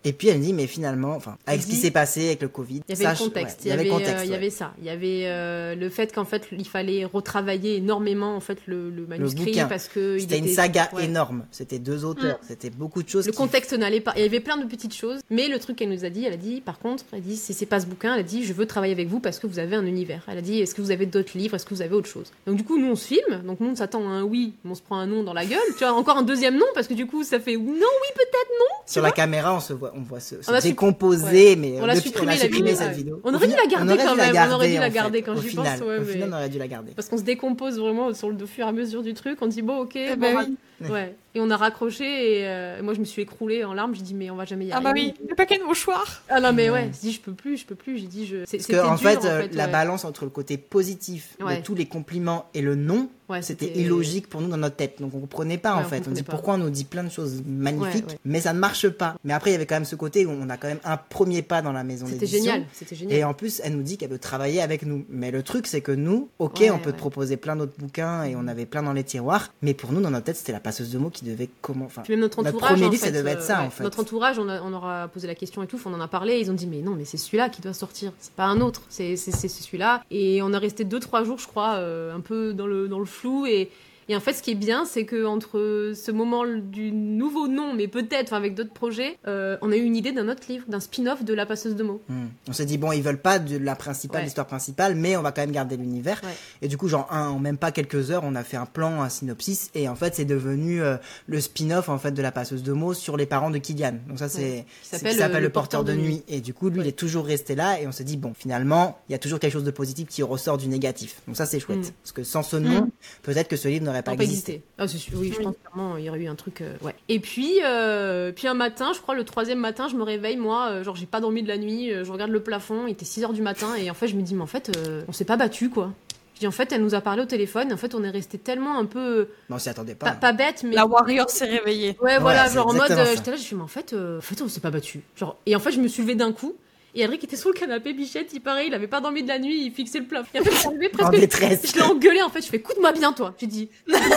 Et puis elle me dit, mais finalement, enfin, avec Elle ce qui dit- s'est passé avec le Covid, Il y avait ça, le contexte, ouais, il y avait, le euh, contexte, il y ouais. avait ça, il y avait euh, le fait qu'en fait il fallait retravailler énormément en fait le, le manuscrit bouquin. parce que il C'était une était- saga ouais. énorme. C'était deux auteurs. Mm. C'était beaucoup de choses. Le qui- contexte n'allait pas. Il y avait plein de petites choses, mais le truc qu'elle nous a dit, elle a dit, par contre, elle a dit, si c'est pas ce bouquin, elle a dit, je veux travailler avec vous parce que vous avez un univers. Elle a dit, est-ce que vous avez d'autres livres, est-ce que vous avez autre chose. Donc du coup, nous on se filme, donc nous on s'attend à un oui, mais on se prend un non dans la gueule. Tu vois, encore un deuxième non parce que du coup ça fait non, oui peut-être non. Sur la caméra, on se voit, on voit se, se On a supp- décomposer, mais On euh, l'a depuis- supprimé, on a la supprimé vidéo, cette ouais. vidéo. On Au aurait dû final- la garder on aurait quand dû la même, on garder, aurait dû en la fait, garder quand au j'y final. pense, ouais, Au mais- final, on aurait dû la garder. Parce qu'on se décompose vraiment sur le, au fur et à mesure du truc. On dit bon ok, Eh bon, ben on va- oui. ouais. Et on a raccroché et euh, moi je me suis écroulée en larmes. J'ai dit mais on va jamais y Ah arriver. bah oui, le paquet de mouchoirs. Ah non mais Non. ouais, j'ai dit je peux plus, je peux plus. J'ai dit je. c'est- Parce C'était que, en dur, fait, en euh, fait, la ouais. balance entre le côté positif Ouais. de tous les compliments et le non, Ouais, c'était illogique pour nous dans notre tête. Donc on comprenait pas Ouais, en on fait. On comprenait dit pas. pourquoi on nous dit plein de choses magnifiques, Ouais, ouais. mais ça ne marche pas. Mais après, il y avait quand même ce côté où on a quand même un premier pas dans la maison C'était d'édition. génial, c'était génial. Et en plus, elle nous dit qu'elle veut travailler avec nous. Mais le truc, c'est que nous, ok, Ouais, on peut ouais. te proposer plein d'autres bouquins et on avait plein dans les tiroirs. Mais pour nous, dans notre tête, c'était la passeuse de mots qui devait comment. Enfin, Puis même notre notre entourage, premier en livre, ça fait, devait être euh, ça, ouais. en fait. Notre entourage, on, a- on aura posé la question et tout, on en a parlé. Ils ont dit mais non, mais c'est celui-là qui doit sortir, c'est pas un autre, c'est c'est c'est celui-là. Et on a resté deux trois jours, je crois, euh, un peu dans le dans le flou et Et en fait, ce qui est bien, c'est que entre ce moment du nouveau nom, mais peut-être enfin, avec d'autres projets, euh, on a eu une idée d'un autre livre, d'un spin-off de La Passeuse de mots. Hmm. On s'est dit, bon, ils veulent pas de la principale, Ouais. l'histoire principale, mais on va quand même garder l'univers. Ouais. Et du coup, genre, un, en même pas quelques heures, on a fait un plan, un synopsis, et en fait, c'est devenu euh, le spin-off en fait de La Passeuse de mots sur les parents de Kylian. Donc ça, c'est Ouais. Qui c'est- s'appelle, qui s'appelle euh, Le Porteur de Nuit. Et du coup, lui, Ouais. il est toujours resté là, et on s'est dit, bon, finalement, il y a toujours quelque chose de positif qui ressort du négatif. Donc ça, c'est chouette. Mm. Parce que sans ce nom, Mm. peut-être que ce livre n'aurait pas n'a pas existé. existé. Ah, c'est sûr. Oui, je Oui. pense clairement il y aurait eu un truc. euh, ouais. Et puis, euh, puis un matin, je crois le troisième matin, je me réveille, moi, euh, genre j'ai pas dormi de la nuit, euh, je regarde le plafond, il était six heures du matin, et en fait je me dis, mais en fait, euh, on s'est pas battu quoi. Je dis, en fait, elle nous a parlé au téléphone, en fait on est resté tellement un peu. Mais on s'y attendait pas. Pas, pas bête, mais. La Warrior s'est réveillée. Ouais, voilà, c'est genre en mode. exactement euh, ça. J'étais là, j'ai fait, mais en fait, euh, en fait on s'est pas battu. Genre, et en fait, je me suis levée d'un coup. Et Adric était sur le canapé, Bichette, il paraît, il avait pas dormi de la nuit, il fixait le plafond. Et en fait, je suis arrivée En presque. détresse. Je l'ai engueulé en fait, je fais écoute-moi bien toi. J'ai dit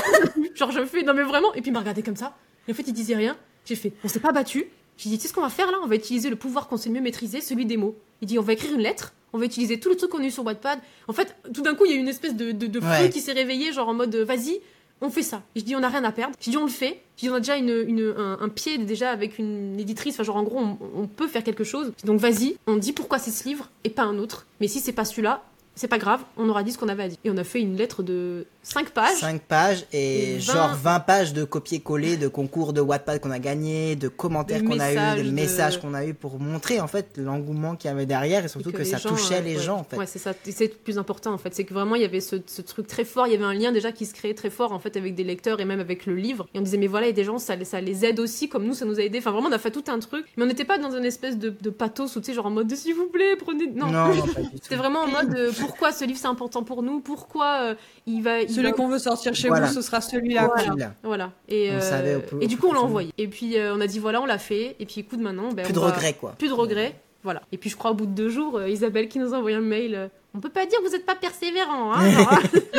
genre je fais non mais vraiment et puis il m'a regardé comme ça. Et en fait il disait rien. J'ai fait on s'est pas battu. J'ai dit tu sais ce qu'on va faire là, on va utiliser le pouvoir qu'on sait mieux maîtriser, celui des mots. Il dit on va écrire une lettre, on va utiliser tout le truc qu'on a eu sur Wattpad. En fait tout d'un coup il y a eu une espèce de de, de feu Ouais. qui s'est réveillé genre en mode euh, vas-y on fait ça. Et je dis on a rien à perdre. J'ai dit on le fait. J'ai dit on a déjà une, une, un, un pied déjà avec une éditrice. Enfin genre en gros on, on peut faire quelque chose. Donc vas-y on dit pourquoi c'est ce livre et pas un autre. Mais si c'est pas celui-là c'est pas grave, on aura dit ce qu'on avait à dire. Et on a fait une lettre de cinq pages. cinq pages et Et vingt genre vingt pages de copier-coller de concours de Wattpad qu'on a gagné, de commentaires De qu'on a eu, messages, de de- messages qu'on a eu pour montrer en fait l'engouement qu'il y avait derrière et surtout Et que, les ça gens, touchait euh, les ouais. gens en fait. Ouais, c'est ça. Et c'est le plus important en fait. C'est que vraiment il y avait ce, ce truc très fort. Il y avait un lien déjà qui se créait très fort en fait avec des lecteurs et même avec le livre. Et on disait mais voilà, il y a des gens, ça, ça les aide aussi comme nous, ça nous a aidé. Enfin vraiment, on a fait tout un truc. Mais on n'était pas dans une espèce de, de pathos ou tu sais, genre en mode de, s'il vous plaît, prenez. Non. non, non, pas du tout. C'était vraiment en mode euh, pourquoi ce livre c'est important pour nous, pourquoi euh, il va. Il Celui va- qu'on veut sortir chez Voilà. vous, ce sera celui-là. Voilà. quoi. Celui-là. Voilà. Et, On euh, savait au plus- et au du plus coup, on l'a profond. envoyé. Et puis, euh, on a dit, voilà, on l'a fait. Et puis, écoute, maintenant, ben, Plus on de va- regrets quoi. Plus de regrets. Voilà. Et puis, je crois, au bout de deux jours, euh, Isabelle qui nous a envoyé un mail. euh, on peut pas dire que vous êtes pas persévérant, hein. genre,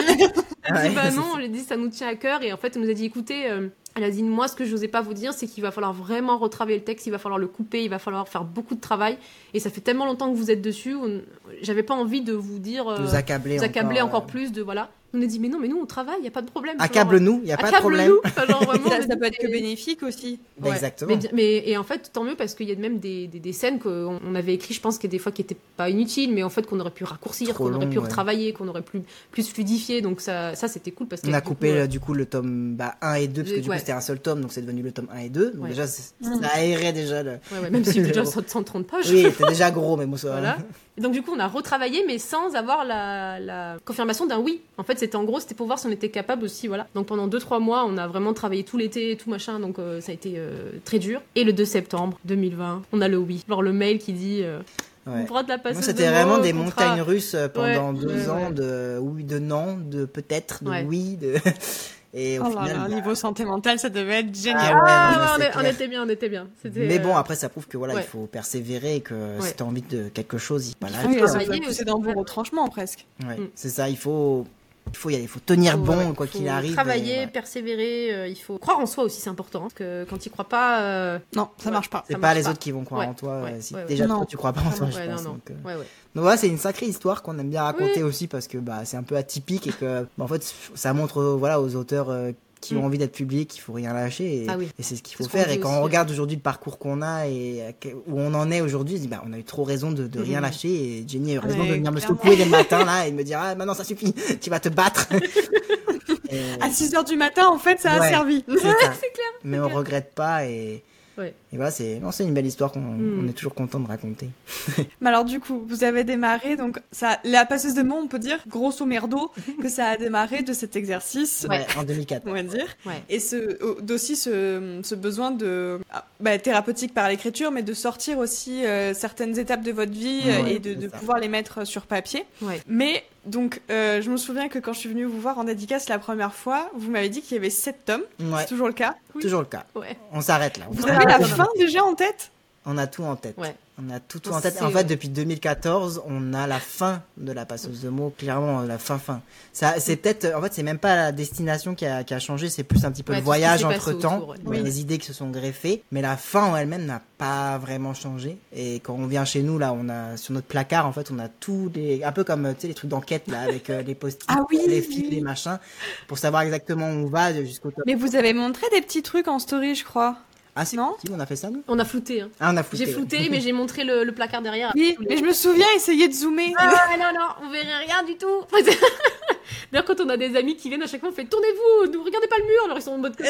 elle Ouais, dit, bah c'est non, ça. j'ai dit, ça nous tient à cœur. Et en fait, elle nous a dit, écoutez, euh, elle a dit, moi, ce que je n'osais pas vous dire, c'est qu'il va falloir vraiment retravailler le texte, il va falloir le couper, il va falloir faire beaucoup de travail. Et ça fait tellement longtemps que vous êtes dessus, on- j'avais pas envie de vous dire. euh, Nous accabler vous accabler encore, encore euh, plus de voilà. On a dit mais non mais nous on travaille, il y a pas de problème. genre, Accable-nous, il y a pas de problème. accable-nous. Enfin, genre, vraiment, Ça, on a ça dit, peut être que c'est- bénéfique aussi. Bah, Ouais. exactement. Mais, bien- mais- et en fait, tant mieux parce qu'il y a même des, des, des scènes qu'on on avait écrites, je pense, que des fois qui n'étaient pas inutiles, mais en fait qu'on aurait pu raccourcir, Trop qu'on aurait pu long, ouais. retravailler, qu'on aurait pu plus fluidifier. Donc ça, ça c'était cool parce qu'il On y a beaucoup, coupé euh, euh, du coup le tome bah, un et deux parce que du Ouais. coup c'était un seul tome donc c'est devenu le tome un et deux. Donc Ouais. déjà c'est- Mm. ça aérait déjà le... ouais, ouais, même si déjà cent trente pages. Oui, c'était déjà gros mais bon ça Voilà. Et donc du coup, on a retravaillé, mais sans avoir la, la confirmation d'un oui. En fait, c'était en gros, c'était pour voir si on était capable aussi, voilà. Donc pendant deux trois mois, on a vraiment travaillé tout l'été, tout machin, donc euh, ça a été euh, très dur. Et le deux septembre deux mille vingt, on a le oui. Genre le mail qui dit, euh, Ouais. on pourra de la passer. Moi, c'était vraiment des montagnes russes euh, pendant Ouais, deux ouais, ans ouais. de oui, de non, de peut-être, de Ouais. oui, de et au Oh là final. là, bah, niveau santé mentale, ça devait être Ah génial. ouais, Ah, non, on, mais est- c'est on clair. était bien, on était bien. C'était, Mais bon, euh, après, ça prouve que voilà, ouais. il faut persévérer et que Ouais. si t'as envie de quelque chose, il faut pas Ah lâcher. oui, faut ça travailler peut pousser dans vos retranchements presque. Ouais, Mm. c'est ça, il faut Il faut y aller, il faut tenir faut, bon ouais, quoi faut qu'il arrive. Travailler, et, ouais. persévérer, euh, il faut croire en soi aussi, c'est important. Parce que quand tu crois pas, euh... non, ça ouais, marche pas. C'est ça pas marche les pas. autres qui vont croire ouais, en toi. ouais, si ouais, déjà ouais. toi tu crois pas en toi, je ouais, pense. non, non. Donc, euh... ouais, ouais. donc voilà, c'est une sacrée histoire qu'on aime bien raconter Oui. aussi parce que bah c'est un peu atypique et que bah, en fait ça montre euh, voilà aux auteurs euh, qui ont Mm. envie d'être publics, qu'il faut rien lâcher et, Ah oui. et c'est ce qu'il C'est faut ce qu'on faire. dit Et quand aussi, on regarde aujourd'hui le parcours qu'on a et euh, où on en est aujourd'hui, on se dit bah on a eu trop raison de, de rien Mhm. lâcher et Jenny a eu raison Ouais, de venir me clairement. secouer les matins là et me dire ah maintenant ça suffit, tu vas te battre. Et- À six heures du matin, en fait, ça a Ouais. servi. C'est ça. C'est clair. Mais on regrette pas et, Ouais. et voilà, c'est non, c'est une belle histoire qu'on Mm. on est toujours content de raconter. Mais alors du coup, vous avez démarré, donc ça, la passeuse de mots, on peut dire, grosso merdo, que ça a démarré de cet exercice, Ouais, en deux mille quatre. on va dire, Ouais. et ce, d'aussi ce, ce besoin de, ah, bah, thérapeutique par l'écriture, mais de sortir aussi euh, certaines étapes de votre vie euh, Ouais, et de, c'est de ça. pouvoir les mettre sur papier. Ouais. Mais donc, euh, je me souviens que quand je suis venue vous voir en dédicace la première fois, vous m'avez dit qu'il y avait sept tomes. Ouais, C'est toujours le cas. toujours le cas. Ouais. On s'arrête là. On Vous s'arrête. avez la non, fin déjà en tête? On a tout en tête. Ouais. On a tout, tout On en tête. sait, En fait, ouais. depuis deux mille quatorze, on a la fin de la passeuse de mots, clairement la fin fin. Ça, c'est peut-être, en fait, c'est même pas la destination qui a, qui a changé, c'est plus un petit peu Ouais, le tout ce qui voyage s'est passé entre temps, autour, ouais. les idées qui se sont greffées. Mais la fin en elle-même n'a pas vraiment changé. Et quand on vient chez nous, là, on a sur notre placard, en fait, on a tous les, un peu comme tu sais les trucs d'enquête là, avec euh, les post-it, Ah oui, les oui, fils, oui. les machins, pour savoir exactement où on va jusqu'au top. Mais vous avez montré des petits trucs en story, je crois. Ah, c'est Non. possible, on a fait ça nous. On a flouté. Hein. Ah, on a flouté. J'ai ouais. flouté, mais j'ai montré le, le placard derrière. Oui, mais je me souviens essayer de zoomer. Ah non, non, vous verrez rien du tout. D'ailleurs, quand on a des amis qui viennent à chaque fois, on fait tournez-vous, ne regardez pas le mur. Alors ils sont en mode.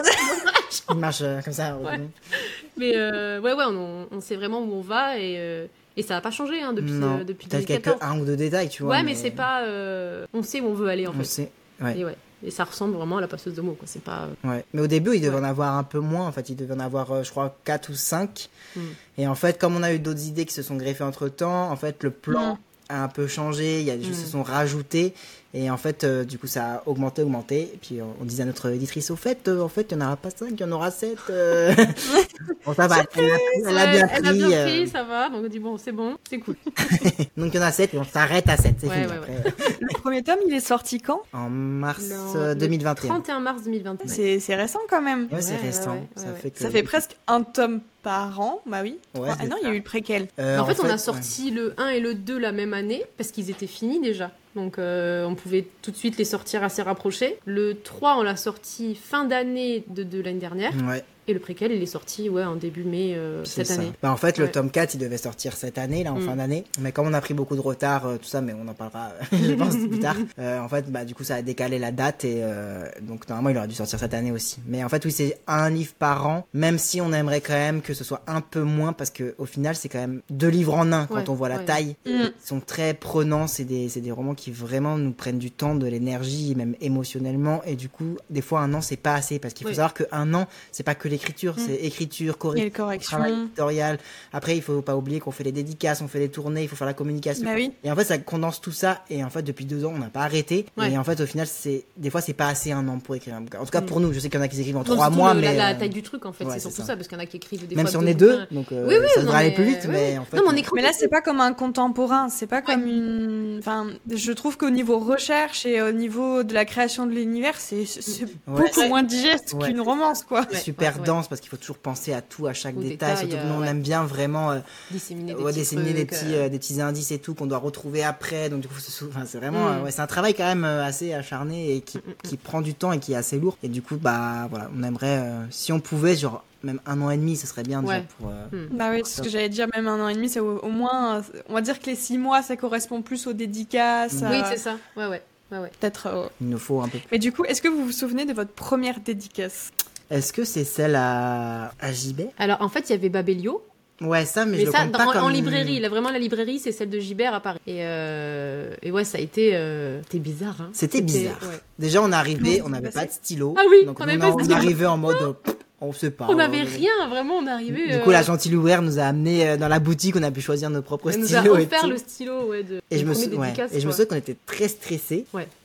Il marche euh, comme ça. Ouais. Mais euh, ouais, ouais, on, on sait vraiment où on va et, euh, et ça n'a pas changé hein, depuis, non, euh, depuis peut-être deux mille quelques quatorze. un ou deux détails, tu vois. Ouais, mais, c'est pas. euh, on sait où on veut aller en On fait. sait. Ouais. Et ouais. Et ça ressemble vraiment à la passeuse de mots, quoi. C'est pas. euh, Ouais. Mais au début, il devait Ouais. en avoir un peu moins. En fait, il devait en avoir, euh, je crois, quatre ou cinq. Mm. Et en fait, comme on a eu d'autres idées qui se sont greffées entre temps, en fait, le plan Mm. a un peu changé. Il y a des choses qui Mm. se sont rajoutées. Et en fait, euh, du coup, ça a augmenté, augmenté. Et puis, on, on disait à notre éditrice, au fait, euh, en fait, il n'y en aura pas cinq, il y en aura sept. euh. Bon, ça va. Elle a, elle a Ouais, bien elle a pris. bien euh, pris, ça va. Donc on dit bon, c'est bon, c'est cool. Donc, il y en a sept et on s'arrête à sept. C'est Ouais, fini ouais, après. Le premier tome, il est sorti quand? En mars Le- euh, le deux mille vingt et un. trente et un mars deux mille vingt et un. C'est c'est récent quand même. Ouais, c'est Ouais, ouais, récent. ouais, ça, ouais, fait que... Ça fait presque un tome par an, bah oui. Ouais, ah c'est non, il y a eu le préquel. Euh, en, fait, on a ouais. sorti le un et le deux la même année parce qu'ils étaient finis déjà. Donc euh, on pouvait tout de suite les sortir assez rapprochés. Le trois, on l'a sorti fin d'année de, de l'année dernière. Ouais. Et le préquel, il est sorti ouais, en début mai euh, C'est cette ça. année. Bah, en fait, le Ouais. tome quatre, il devait sortir cette année, là, en Mm. fin d'année. Mais comme on a pris beaucoup de retard, euh, tout ça, mais on en parlera, je pense, plus tard. Euh, en fait, bah, du coup, ça a décalé la date et euh, donc normalement, il aurait dû sortir cette année aussi. Mais en fait, oui, c'est un livre par an, même si on aimerait quand même que ce soit un peu moins parce que au final, c'est quand même deux livres en un quand Ouais, on voit la ouais. taille. Mm. Ils sont très prenants, c'est des, c'est des romans qui vraiment nous prennent du temps, de l'énergie, même émotionnellement. Et du coup, des fois, un an, c'est pas assez parce qu'il faut Oui. savoir qu'un an, c'est pas que l'écriture, Mm. c'est écriture, Il y a correction. les corrections. Travail éditorial. Après, il faut pas oublier qu'on fait les dédicaces, on fait les tournées, il faut faire la communication. Bah oui. Et en fait, ça condense tout ça. Et en fait, depuis deux ans, on n'a pas arrêté. Ouais. Et en fait, au final, c'est des fois, c'est pas assez un an pour écrire un bouquin. En tout cas, Mm. pour nous, je sais qu'il y en a qui écrivent en Non, trois surtout mois, le- mais la, la euh, taille du truc en fait, ouais, c'est c'est surtout ça. ça. parce qu'il y en a qui écrivent des même fois si on deux est deux, bouquins. donc euh, Oui, oui, ça non, devrait aller mais- plus vite. oui, Mais oui. en fait, Non, mais on euh, écrit- Mais là, c'est pas comme un contemporain, c'est pas comme une. Enfin, je trouve qu'au niveau recherche et au niveau de la création de l'univers, c'est c'est Ouais. beaucoup moins digeste Ouais. qu'une romance, quoi. c'est Ouais, super ouais, ouais. dense parce qu'il faut toujours penser à tout, à chaque Aux détail. détails, Surtout que nous, euh, on ouais. aime bien vraiment euh, Disséminer des ouais, petits dessiner des trucs, petits, euh, euh, des petits indices et tout qu'on doit retrouver après. Donc du coup, c'est, sou- enfin, c'est vraiment, Mm. euh, ouais, c'est un travail quand même euh, assez acharné et qui, qui prend du temps et qui est assez lourd. Et du coup, bah voilà, on aimerait, euh, si on pouvait, genre même un an et demi, ce serait bien déjà Ouais. pour. euh, hmm. Bah oui, c'est ce que j'allais dire, même un an et demi, c'est au, au moins. euh, On va dire que les six mois, ça correspond plus aux dédicaces. Mm. Oui, à- c'est ça. Ouais, ouais. ouais, ouais. Peut-être. euh, Il nous faut un peu. Mais du coup, est-ce que vous vous souvenez de votre première dédicace? Est-ce que c'est celle à, à J B? Alors en fait, il y avait Babelio. Ouais, ça, mais, Mais je le ça, compte dans- pas en, comme en librairie, là, vraiment la librairie, c'est celle de Gibert à Paris. Et, euh, et ouais, ça a été, euh, c'était bizarre. Hein. C'était bizarre. ouais. Déjà, on est arrivé, Non, on n'avait c'est pas de stylo. Ah oui, donc on nous, avait on, pas de on stylo. arrivait en mode, euh, pff, on sait pas. On n'avait euh, rien, vraiment, on est arrivé. Du euh, coup, la gentille ouvrière nous a amené euh, dans la boutique, on a pu choisir nos propres elle nous a stylos et offert tout. le stylo, ouais, de. Et je, de me premier sou- ouais. dédicace, et je me quoi. souviens qu'on était très stressés. Ouais.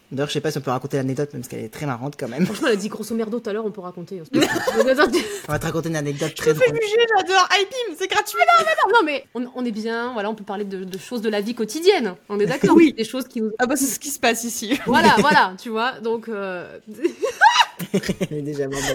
D'ailleurs, je sais pas si on peut raconter l'anecdote, même parce qu'elle est très marrante quand même. Franchement, elle a dit grosso merdo tout à l'heure, on peut raconter. On va te raconter une anecdote très Je fais drôle. juger, j'adore. Hypim, c'est gratuit. non, non, non, mais on, on est bien, voilà, on peut parler de, de choses de la vie quotidienne. On est d'accord. Oui. Des choses qui nous. Ah bah c'est ce qui se passe ici. Voilà, voilà, tu vois. Donc. Euh... Elle est déjà morte.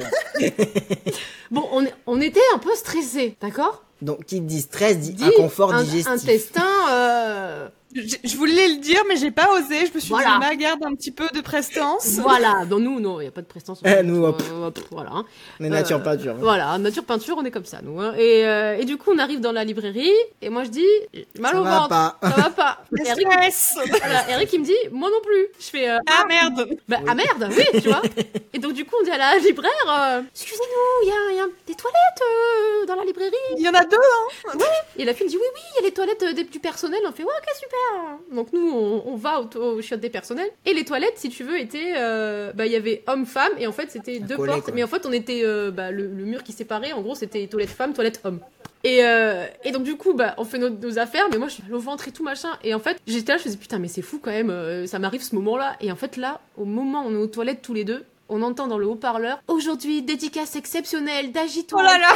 Bon, on, on était un peu stressés, d'accord? Donc, qui dit stress dit, Dit inconfort un, digestif. Intestin. Euh... Je, je voulais le dire, mais j'ai pas osé. Je me suis Voilà. dit, ma garde un petit peu de prestance. Voilà, dans nous, non, il n'y a pas de prestance. Eh, nous, hop. Euh, hop, voilà. hein. On est nature Euh, peinture. Voilà, nature peinture, on est comme ça, nous. hein. Et, euh, et du coup, on arrive dans la librairie, et moi je dis, mal Ça au va ventre, pas. ça va pas. Le Et Eric, stress. voilà, Eric, il me dit, moi non plus. Je fais, euh, Ah merde. bah, ah merde, oui, tu vois. Et donc, du coup, on dit à la libraire, euh, excusez-nous, il y a, il y a des toilettes euh, dans la librairie. Il y en a deux, hein. Et la fille me dit, oui, oui, il y a les toilettes euh, des- du personnel. On fait, ouais, ok, super. Donc, nous, on, on va au, au chiottes des personnels. Et les toilettes, si tu veux, étaient, euh, bah, il y avait homme-femme, et en fait, c'était deux collé, portes. quoi. Mais en fait, on était, euh, bah, le, le mur qui séparait, en gros, c'était toilette femme, toilette homme. Et, euh, et donc du coup bah on fait nos, nos affaires, mais moi je suis mal au ventre et tout machin, et en fait j'étais là, je faisais putain mais c'est fou quand même, euh, ça m'arrive ce moment là. Et en fait là, au moment où on est aux toilettes tous les deux, on entend dans le haut-parleur, aujourd'hui dédicace exceptionnelle d'Agito. Oh là là.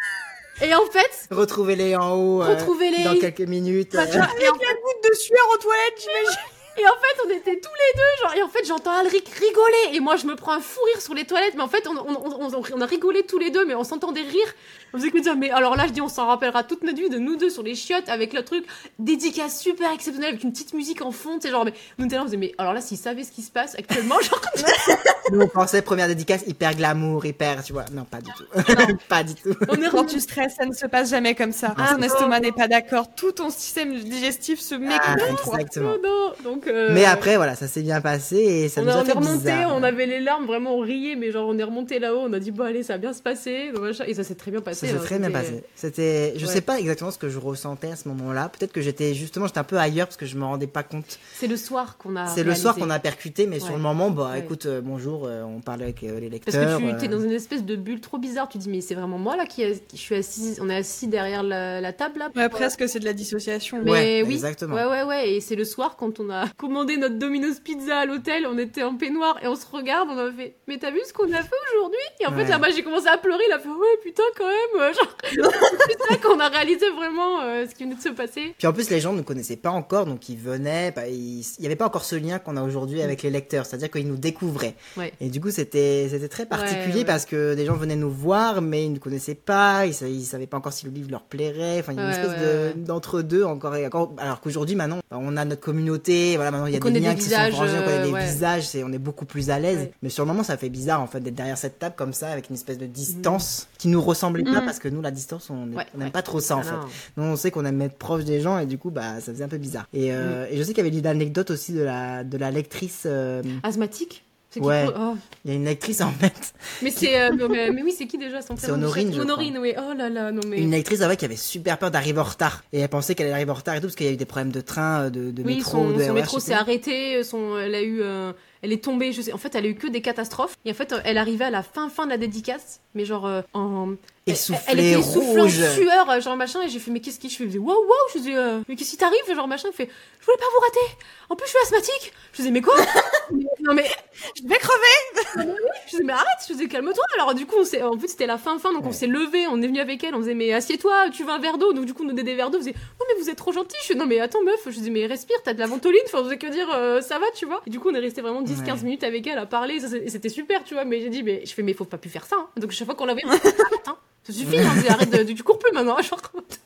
Et en fait Retrouvez-les en haut. euh, Retrouvez-les. Dans quelques minutes. machin, euh. et, en, Il y a une goutte de sueur aux toilettes, j'imagine. et en fait on était tous les deux genre, et en fait j'entends Alric rigoler, et moi je me prends un fou rire sur les toilettes, mais en fait on, on, on, on, on a rigolé tous les deux, mais on s'entendait rire. On faisait que dire, mais alors là je dis on s'en rappellera toute notre vie de nous deux sur les chiottes avec le truc dédicace super exceptionnel avec une petite musique en fond, c'est genre, mais nous on était là, on faisait, mais alors là s'ils savaient ce qui se passe actuellement, genre Nous, on pensait première dédicace hyper glamour, hyper, tu vois. Non, pas du tout. Pas du tout. on est Quand tu stresses, ça ne se passe jamais comme ça. Ah, ton estomac n'est pas d'accord. Tout ton système digestif se met Ah, contre toi. exactement. non, non. Donc, euh, Mais après, voilà, ça s'est bien passé et ça on, nous a, a on est fait remonté, bizarre. on avait les larmes, vraiment on riait, mais genre on est remonté là-haut, on a dit bon allez ça va bien se passer, donc, machin, et ça s'est très bien passé. Ça s'est hein, très bien c'était- passé. C'était, je Ouais. sais pas exactement ce que je ressentais à ce moment-là. Peut-être que j'étais justement, j'étais un peu ailleurs parce que je me rendais pas compte. C'est le soir qu'on a. C'est le soir qu'on a percuté, mais sur Ouais. le moment, bah, Ouais. écoute, euh, bonjour, euh, on parlait avec euh, les Parce lecteurs. que tu euh, es dans une espèce de bulle trop bizarre, tu te dis mais c'est vraiment moi là qui, qui- je suis assise, on est assis derrière la, la table là. Ouais, presque, c'est de la dissociation. Mais Ouais, oui, exactement. ouais, ouais, ouais, et c'est le soir quand on a commandé notre Domino's Pizza à l'hôtel, on était en peignoir et on se regarde, on a fait, mais t'as vu ce qu'on a fait aujourd'hui? Et en Ouais. fait, là-bas, j'ai commencé à pleurer, il a fait, ouais, putain, quand même, euh, genre, c'est ça qu'on a réalisé vraiment euh, ce qui venait de se passer. Puis en plus, les gens ne connaissaient pas encore, donc ils venaient, bah, ils- il n'y avait pas encore ce lien qu'on a aujourd'hui avec les lecteurs, c'est-à-dire qu'ils nous découvraient. Ouais. Et du coup, c'était c'était très particulier Ouais, ouais. parce que des gens venaient nous voir, mais ils ne connaissaient pas, ils, sa- ils savaient pas encore si le livre leur plairait. Enfin, il y a une Ouais, espèce ouais, de ouais. d'entre-deux encore et encore. Alors qu'aujourd'hui, maintenant, bah, on a notre communauté, voilà, maintenant il y a On des connaît liens des qui visages, sont forgés, on connaît euh, des ouais. visages, c'est, on est beaucoup plus à l'aise. Ouais. Mais sur le moment, ça fait bizarre en fait d'être derrière cette table comme ça, avec une espèce de distance qui nous ressemblait pas Mhm. parce que nous, la distance, on Ouais, n'aime ouais. pas trop ça en Ah fait. non. Nous, on sait qu'on aime être proche des gens et du coup, bah, ça faisait un peu bizarre. Et, euh, et je sais qu'il y avait une anecdote aussi de la, de la lectrice. euh, Asthmatique? C'est qui Ouais. oh. Il y a une lectrice en fait. Mais c'est, euh, mais, mais oui, c'est qui déjà son C'est prénom? Honorine, je Honorine, oui. Oh là là, non mais. Une lectrice avec qui avait super peur d'arriver en retard. Et elle pensait qu'elle allait arriver en retard et tout parce qu'il y a eu des problèmes de train, de, de Oui, métro, son, de son R E R, métro je sais s'est plus. arrêté, son, elle a eu, euh, elle est tombée, je sais, en fait, elle a eu que des catastrophes. Et en fait, elle arrivait à la fin fin de la dédicace, mais genre euh, en elle- Essoufflée, elle était essoufflée, en rouge. sueur, euh, genre machin. Et j'ai fait mais qu'est-ce qui, je fais waouh waouh, je dis euh, mais qu'est-ce qui t'arrive, genre machin. Il fait je voulais pas vous rater. En plus, je suis asthmatique. Je disais mais quoi? Non mais Je vais crever. je disais mais arrête, je disais calme-toi. Alors du coup, on s'est, en fait, c'était la fin fin, donc on Ouais. s'est levé, on est venu avec elle, on faisait mais assieds-toi, tu veux un verre d'eau. Donc du coup, on nous donnait des verres d'eau, on faisait non mais vous êtes trop gentil. Je fais non mais attends meuf, je disais mais respire, t'as de la ventoline, enfin, je faisais que dire euh, ça va, tu vois. Et du coup, on est resté vraiment dix quinze Ouais. minutes avec elle à parler, ça, c'est- c'était super, tu vois. Mais j'ai dit mais je fais mais faut pas plus faire ça. Hein. Donc chaque fois qu'on l'avait, arrête, hein. Ça suffit, hein, je dis, arrête, de, de- tu cours plus maintenant, genre.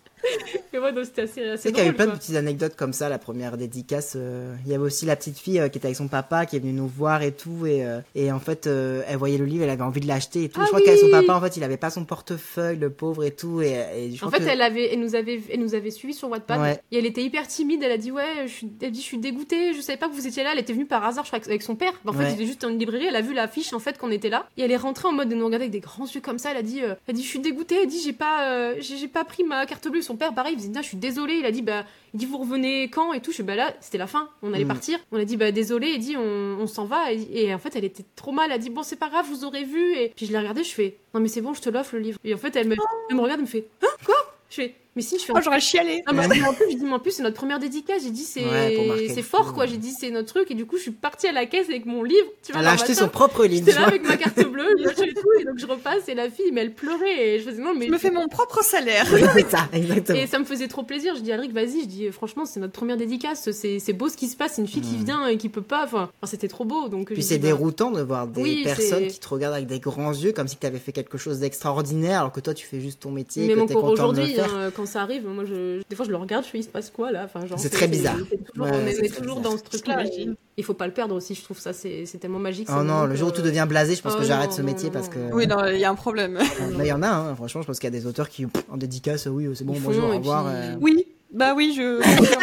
Et ouais, donc c'était assez, Tu assez sais qu'il y avait drôle, plein de quoi. petites anecdotes comme ça, la première dédicace. euh, Il y avait aussi la petite fille euh, qui était avec son papa, qui est venue nous voir et tout. Et, euh, et en fait, euh, elle voyait le livre, elle avait envie de l'acheter et tout. Ah je crois oui. qu'avec son papa, en fait, il avait pas son portefeuille, le pauvre et tout. Et, et je En crois fait, que- elle avait, elle nous avait, elle nous avait suivi sur Wattpad. Ouais. Et elle était hyper timide. Elle a dit ouais, je suis, elle dit je suis dégoûtée. Je savais pas que vous étiez là. Elle était venue par hasard, je crois, avec son père. En fait, Ouais. il était juste dans une librairie. Elle a vu l'affiche en fait qu'on était là. Et elle est rentrée en mode de nous regarder avec des grands yeux comme ça. Elle a dit, euh, elle a dit je suis dégoûtée. Elle dit j'ai pas, euh, j'ai j'ai pas pris ma carte bleue. Son père pareil, il faisait non, je suis désolée. Il a dit bah, il dit vous revenez quand et tout. Je fais bah là, c'était la fin. On allait Mm. partir. On a dit bah désolé. Il dit on, on s'en va. Et, et en fait, elle était trop mal. Elle a dit bon c'est pas grave, vous aurez vu. Et puis je l'ai regardée. Je fais non mais c'est bon, je te l'offre le livre. Et en fait, elle me, elle me regarde, elle me fait hein, quoi? Je fais Mais si, je fais. Oh, j'aurais chialé. Ah, bah, mais en plus, j'ai dit, mais en plus, c'est notre première dédicace. J'ai dit, c'est, Ouais, c'est fort, quoi. J'ai dit, c'est notre truc. Et du coup, je suis partie à la caisse avec mon livre. Tu vois, Elle a acheté matin, son propre livre. j'étais là avec ma carte bleue, je lâchais tout. Et donc, je repasse. Et la fille, mais elle pleurait. Et je faisais, non, mais. Je me fais mon propre salaire. C'est ça, exactement. Et ça me faisait trop plaisir. Je dis, Alric, vas-y. Je dis, franchement, c'est notre première dédicace. C'est, c'est beau ce qui se passe. C'est une fille qui Mm. vient et qui peut pas. Enfin, enfin, c'était trop beau. Donc, Puis j'ai c'est dit, bah, déroutant de voir des Oui, personnes c'est- qui te regardent avec des grands yeux comme si tu avais fait quelque chose d'extraordinaire alors que toi tu fais juste ton métier et Même que t'es encore content de le aujourd'hui, faire. hein, quand ça arrive, moi, je, des fois, je le regarde, je fais, il se passe quoi là enfin, genre, C'est très bizarre. c'est toujours, Ouais, on est, c'est on est très toujours bizarre. dans ce truc-là. J'imagine. et Il faut pas le perdre aussi, je trouve ça, c'est, c'est tellement magique. Oh ce non, moment le jour où que- tu deviens blasé, je pense Oh que j'arrête non, ce non, métier non, parce non. que. Oui, non, il y a un problème. Là, il y en a, hein. Franchement, je pense qu'il y a des auteurs qui, pff, en dédicace, oui, c'est bon, Ils bonjour, font, au et revoir. puis- euh, Oui, bah oui, je.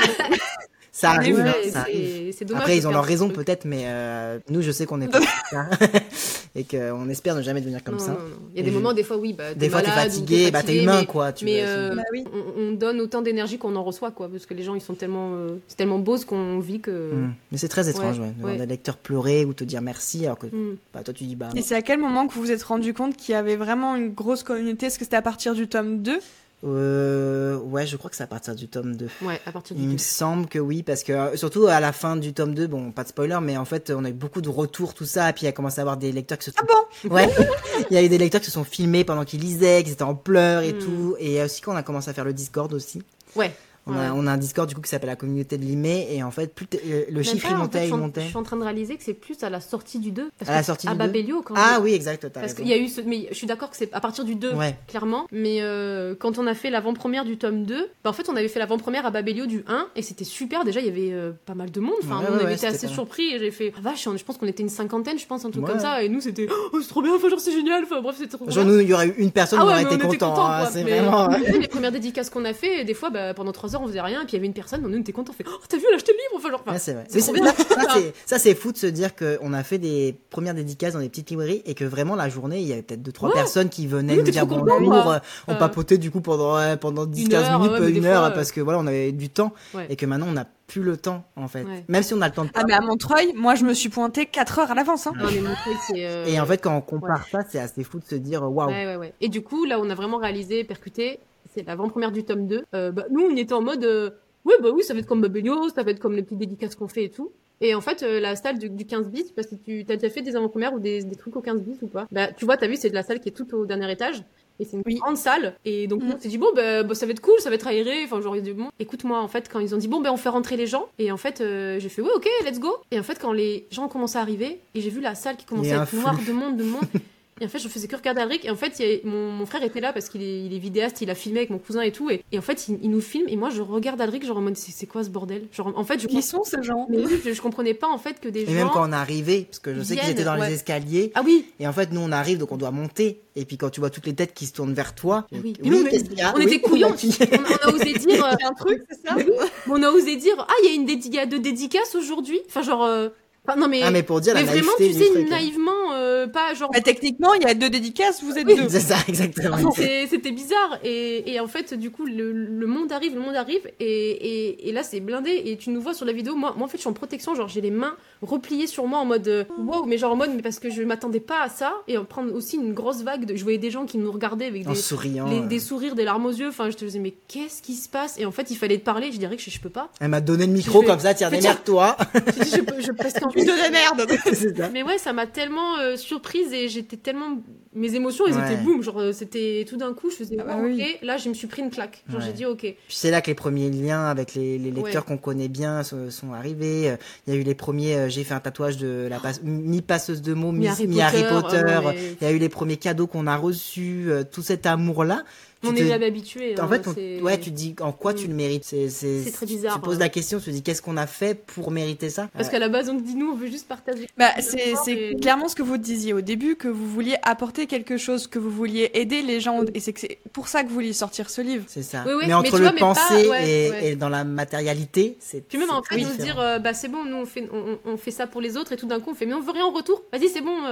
Ça arrive, Ouais, hein, c'est- ça arrive. c'est dommage Après, de ils ont perdre leur ce raison truc. peut-être, mais euh, nous, je sais qu'on est pas comme ça. Et qu'on espère ne jamais devenir comme Non, ça. non, non. Il y a Et des je- moments, des fois, oui, bah, Des fois, t'es malade ou fatigué, bah t'es fatigué, humain, mais- quoi. Tu Mais veux- euh, Bah oui. on, on donne autant d'énergie qu'on en reçoit, quoi, parce que les gens, ils sont tellement, euh, c'est tellement beau ce qu'on vit que. Hum. Mais c'est très étrange, ouais, de voir ouais. des lecteurs pleurer ou te dire merci, alors que Mm. bah, toi, tu dis bah. Et c'est à quel moment que vous vous êtes rendu compte qu'il y avait vraiment une grosse communauté? Est-ce que c'était à partir du tome deux? Euh, ouais, je crois que c'est à partir du tome deux. Ouais, à partir du Il me deux. semble que oui, parce que euh, surtout à la fin du tome deux, bon, pas de spoiler, mais en fait, on a eu beaucoup de retours, tout ça, et puis il y a commencé à avoir des lecteurs qui se sont... Ah bon? Ouais, il y a eu des lecteurs qui se sont filmés pendant qu'ils lisaient, qui étaient en pleurs et Mm. tout, et aussi quand on a commencé à faire le Discord aussi. Ouais. On, Ouais. a, on a un Discord du coup qui s'appelle la communauté de Limay, et en fait, plus t- euh, le Même chiffre pas, il en montait, fait, je il suis en- montait. Je suis en train de réaliser que c'est plus à la sortie du deux. Parce À la que sortie à du deux Babelio, quand Ah je- oui, exact, t'as Parce raison. qu'il y a eu ce... Mais je suis d'accord que c'est à partir du deux, Ouais. clairement. Mais euh, quand on a fait l'avant-première du tome deux, bah, en fait, on avait fait l'avant-première à Babelio du un, et c'était super. Déjà, il y avait euh, pas mal de monde. Enfin, Ouais, on ouais, avait ouais, été c'était assez pas mal. surpris, et j'ai fait, ah vache, je pense qu'on était une cinquantaine, je pense, un truc Ouais. comme ça. Et nous, c'était, oh, c'est trop bien, enfin, genre, c'est génial. Enfin, bref, c'était trop Genre, bien. nous, il y aurait eu une personne, Ah on ouais, aurait mais été on était content. contents, hein, quoi. c'est Mais- vraiment. mais les premières dédicaces qu'on a fait, des fois, bah, pendant trois heures, on faisait rien, et puis il y avait une personne, nous, on était contents, on fait, oh, t'as vu, elle a acheté le livre, enfin, genre, enfin, Ouais, c'est vrai. c'est Mais trop c'est- bien. là, ça, c'est- ça, c'est fou de se dire qu'on a fait des premières dédicaces dans des petites librairies et que vraiment la journée, il y avait peut-être deux, trois Ouais. personnes qui venaient Oui, nous t'es dire trop bonjour. content, quoi. euh, On Euh, papotait du coup pendant, ouais, pendant dix, une quinze heure, minutes, ouais, mais une des heure, fois, euh, parce que voilà, on avait du temps Ouais. et que maintenant on n'a plus le temps en fait. Ouais. Même si on a le temps de Ah, mais à Montreuil, moi, je me suis pointée quatre heures à l'avance, hein. Non, mais mon truc, c'est. euh, Et en fait, quand on compare ça, c'est assez fou de se dire waouh. Ouais, ouais, ouais. Et du coup, là, on a vraiment réalisé, percuté, c'est l'avant-première du tome deux. Euh, bah, nous, on était en mode, euh, ouais, bah oui, ça va être comme Babelio, ça va être comme les petites dédicaces qu'on fait et tout. Et en fait, euh, la salle du, du quinze bis, parce que tu as déjà fait des avant-premières ou des, des trucs au quinze bis ou pas, bah, tu vois, t'as vu, c'est de la salle qui est tout au dernier étage. Et c'est une Oui. grande salle. Et donc, Mm. on s'est dit, bon, bah, bah, ça va être cool, ça va être aéré. Enfin, genre, il y a du monde. Écoute-moi, en fait, quand ils ont dit, bon, ben, on fait rentrer les gens. Et en fait, euh, j'ai fait, ouais, ok, let's go. Et en fait, quand les gens ont commencé à arriver, et j'ai vu la salle qui commençait Il y a à un être noire flux. de monde, de monde. Et en fait, je faisais que regarder Alric. Et en fait, il y a- mon, mon frère était là parce qu'il est, il est vidéaste, il a filmé avec mon cousin et tout. Et, et en fait, il, il nous filme. Et moi, je regarde Alric, genre en mode, c'est c'est quoi ce bordel? Genre, en fait, je, Qui sont ces gens? mais oui, je, je comprenais pas en fait que des Et gens. même quand on est arrivé, parce que je sais qu'ils viennent, étaient dans les ouais. escaliers, Ah oui, et en fait, nous on arrive, donc on doit monter. Et puis quand tu vois toutes les têtes qui se tournent vers toi, Ah oui. oui, Mais nous, qu'est-ce qu'il y a on Oui, était couillons. qui- on, on a osé dire. euh, C'est un truc, c'est ça? on a osé dire, ah, il y a une dédi- il y a deux dédicaces aujourd'hui. Enfin, genre. euh, enfin, non, mais. Ah, mais pour dire mais la vraiment, naïveté tu du sais, truc. hein. naïvement, euh, pas genre. Bah, techniquement, il y a deux dédicaces, vous êtes Oui. deux. C'est ça, exactement. C'est- C'était bizarre. Et, et en fait, du coup, le, le monde arrive, le monde arrive. Et, et, et là, c'est blindé. Et tu nous vois sur la vidéo. Moi, moi en fait, je suis en protection. Genre, j'ai les mains repliées sur moi en mode euh, wow. Mais genre en mode, mais parce que je m'attendais pas à ça. Et en prendre aussi une grosse vague de. Je voyais des gens qui nous regardaient avec En des, souriant. les- euh. des sourires, des larmes aux yeux. Enfin, je te disais, mais qu'est-ce qui se passe? Et en fait, il fallait te parler. Je dirais que je, je peux pas. Elle m'a donné le micro Je comme ça, tiens, Mais démerde-toi. Je, je, peux- je parce qu'en Tu de la merde. C'est ça. Mais ouais, ça m'a tellement euh, surprise et j'étais tellement. Mes émotions, elles Ouais. étaient boum. Genre, euh, c'était tout d'un coup, je faisais, Ah bah wow, oui. ok. Là, je me suis pris une claque. Genre, Ouais. j'ai dit, ok. Puis c'est là que les premiers liens avec les, les lecteurs Ouais. qu'on connaît bien sont, sont arrivés. Euh, Il y a eu les premiers, euh, j'ai fait un tatouage de la passe, mi-passeuse de mots, mi, Mi Harry mi Harry Potter, Potter. euh, non, mais- Il y a eu les premiers cadeaux qu'on a reçus, euh, tout cet amour-là. Tu On te- est jamais habitué. En hein, fait, on- c'est- ouais, tu te dis en quoi Mm. tu le mérites. C'est, c'est, C'est très bizarre, Tu poses hein. la question, tu te dis qu'est-ce qu'on a fait pour mériter ça. Parce Ouais. qu'à la base, on te dit, nous, on veut juste partager. Bah, c'est c'est Et- clairement ce que vous disiez au début, que vous vouliez apporter quelque chose, que vous vouliez aider les gens, et c'est que c'est pour ça que vous vouliez sortir ce livre. C'est ça. Oui, oui, mais mais entre tu le vois, mais pas- penser ouais, et, ouais. et dans la matérialité, c'est. Puis même c'est en très fait, nous différent. dire, euh, bah c'est bon, nous, on fait, on, on fait ça pour les autres, et tout d'un coup, on fait, mais on veut rien en retour. Vas-y, c'est bon. euh,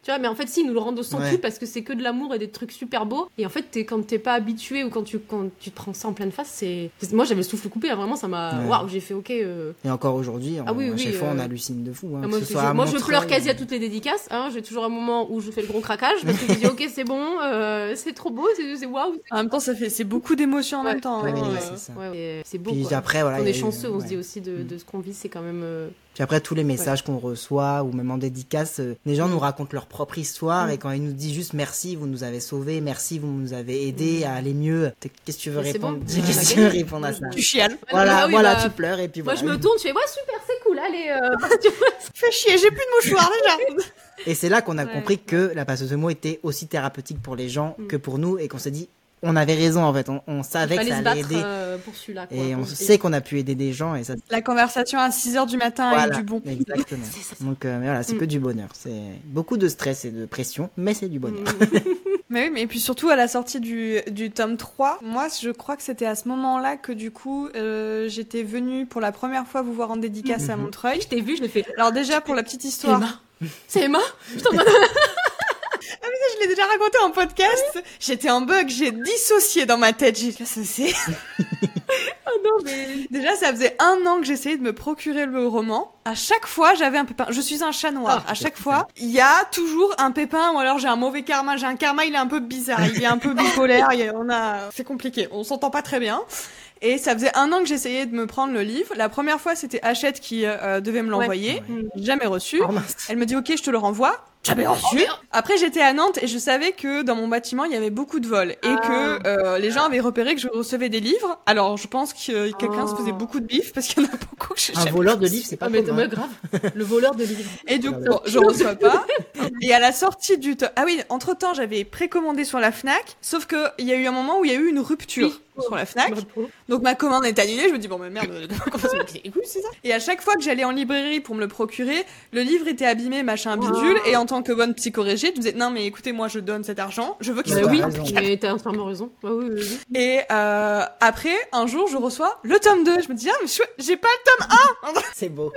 Tu vois, mais en fait, si, ils nous le rendent au centuple Ouais. parce que c'est que de l'amour et des trucs super beaux. Et en fait, t'es, quand t'es pas habitué ou quand tu, quand tu te prends ça en pleine face, c'est. Moi, j'avais le souffle coupé, hein, vraiment, ça m'a. Ouais. Waouh, j'ai fait OK. Euh... Et encore aujourd'hui, on- Ah oui, à oui, chaque fois, euh, on hallucine de fou. Hein, Ah, que moi, ce je, soit je- à moi, je Montreuil, pleure quasi à toutes les dédicaces. Hein, j'ai toujours un moment où je fais le gros craquage parce que je dis OK, c'est bon, euh, c'est trop beau, c'est, c'est waouh. En même temps, ça fait, c'est beaucoup d'émotions en Ouais. même temps. Ouais, hein, ouais, euh. c'est ça. Ouais, ouais, c'est beau. Puis Quoi. après, voilà. on il y est a eu- chanceux, on se ouais. dit aussi de, Mm. de ce qu'on vit, c'est quand même. euh, Puis après, tous les messages qu'on reçoit, ou même en dédicace, euh, les gens nous racontent leur propre histoire, Mm. et quand ils nous disent juste merci, vous nous avez sauvés, merci, vous nous avez aidés à aller mieux, t'es- qu'est-ce que tu veux Mais c'est répondre bon, Dis, on a Qu'est-ce que tu gagné. veux répondre à ça Tu chiales. Voilà, Ah oui, voilà, bah, tu pleures, et puis Moi, voilà. je me tourne, je fais ouais, super, c'est cool, allez. euh, tu vois. Fais chier, j'ai plus de mouchoirs déjà. Et c'est là qu'on a Ouais. compris que la passeuse de mots était aussi thérapeutique pour les gens Mm. que pour nous, et qu'on s'est dit, on avait raison en fait, on, on Il savait que fallait ça se allait battre aider, euh, pour celui-là. Quoi. et on Et- sait qu'on a pu aider des gens, et ça, La conversation à six heures du matin voilà, avec du bon. exactement. C'est ça. Donc euh, voilà, c'est Mm. que du bonheur. C'est beaucoup de stress et de pression, mais c'est du bonheur. Mm. Mais oui, mais puis surtout à la sortie du, du tome trois, moi je crois que c'était à ce moment-là que du coup euh, j'étais venue pour la première fois vous voir en dédicace à Mhm. Montreuil. Je t'ai vu, je l'ai fait. Alors déjà pour la petite C'est histoire, Emma. C'est Emma. Je t'en demande. je l'ai déjà raconté en podcast, j'étais en bug, j'ai dissocié dans ma tête, j'ai là ça c'est... Oh non, mais. Déjà ça faisait un an que j'essayais de me procurer le roman. À chaque fois j'avais un pépin, je suis un chat noir, Ah, à chaque fois il y a toujours un pépin ou alors j'ai un mauvais karma, j'ai un karma il est un peu bizarre, il est un peu bipolaire, il y a- on a... c'est compliqué, on s'entend pas très bien. Et ça faisait un an que j'essayais de me prendre le livre. La première fois, c'était Hachette qui euh, devait me l'envoyer. Ouais. Jamais reçu. Oh, mince. Elle me dit, ok, je te le renvoie. Jamais reçu. Après, j'étais à Nantes et je savais que dans mon bâtiment, il y avait beaucoup de vols. Et Ah. que euh, les gens avaient repéré que je recevais des livres. Alors, je pense que euh, quelqu'un Oh. se faisait beaucoup de bif parce qu'il y en a beaucoup que je Un voleur de livres, c'est pas Ah, mais commun. mais grave. Le voleur de livres. Et du coup, Voilà. bon, je reçois pas. Et à la sortie du tome... Ah oui, entre-temps, j'avais précommandé sur la Fnac. Sauf que il y a eu un moment où il y a eu une rupture Oui. sur la Fnac. Donc ma commande est annulée, je me dis bon mais merde, comment ça me fait les couilles, c'est ça. Et à chaque fois que j'allais en librairie pour me le procurer, le livre était abîmé, machin bidule, et en tant que bonne psychorégide, je me disais non mais écoutez moi je donne cet argent, je veux qu'il Mais soit oui, raison. mais t'as entièrement raison. Ah oui, oui, oui. Et euh, après un jour je reçois le tome deux, je me dis ah mais chouette, j'ai pas le tome un. C'est beau.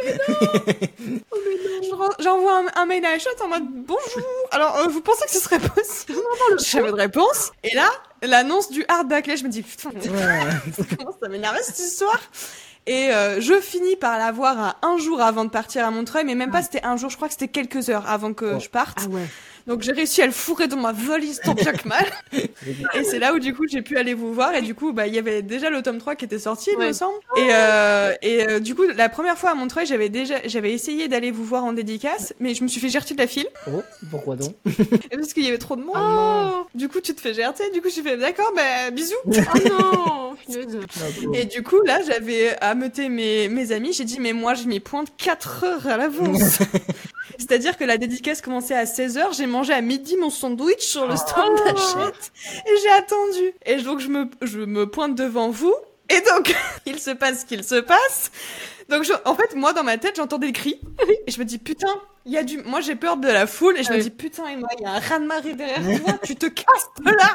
Je re- J'envoie un, un mail à Hachette en mode bonjour. Alors euh, vous pensez que ce serait possible? J'ai jamais de réponse. Et là l'annonce du hardback, là je me dis putain Ouais. comment ça m'énerve cette histoire. Et euh, je finis par l'avoir à un jour avant de partir à Montreuil, mais même pas c'était un jour, je crois que c'était quelques heures avant que Oh. je parte. Ah ouais. Donc j'ai réussi à le fourrer dans ma valise tant bien que mal. Et c'est là où du coup j'ai pu aller vous voir. Et du coup bah il y avait déjà le tome trois qui était sorti, il Ouais. me semble. Et, euh, et euh, du coup la première fois à Montreuil j'avais déjà j'avais essayé d'aller vous voir en dédicace, mais je me suis fait gerter de la file Oh, pourquoi donc et parce qu'il y avait trop de monde. Ah non. Du coup tu te fais gerter. Du coup j'ai fait d'accord bah bisous. Oh non. Punaise. Et du coup, là, j'avais ameuté mes, mes amis. J'ai dit, mais moi, je m'y pointe quatre heures à l'avance. C'est-à-dire que la dédicace commençait à seize heures. J'ai mangé à midi mon sandwich sur le stand Oh. d'Hachette. Et j'ai attendu. Et donc, je me, je me pointe devant vous. Et donc, il se passe ce qu'il se passe. Donc, je, en fait, moi, dans ma tête, j'entends des cris. Et je me dis, putain, il y a du, moi, j'ai peur de la foule. Et je me Ouais. dis, putain, Emma, il y a un raz-de-marée derrière toi. Tu te casses de là.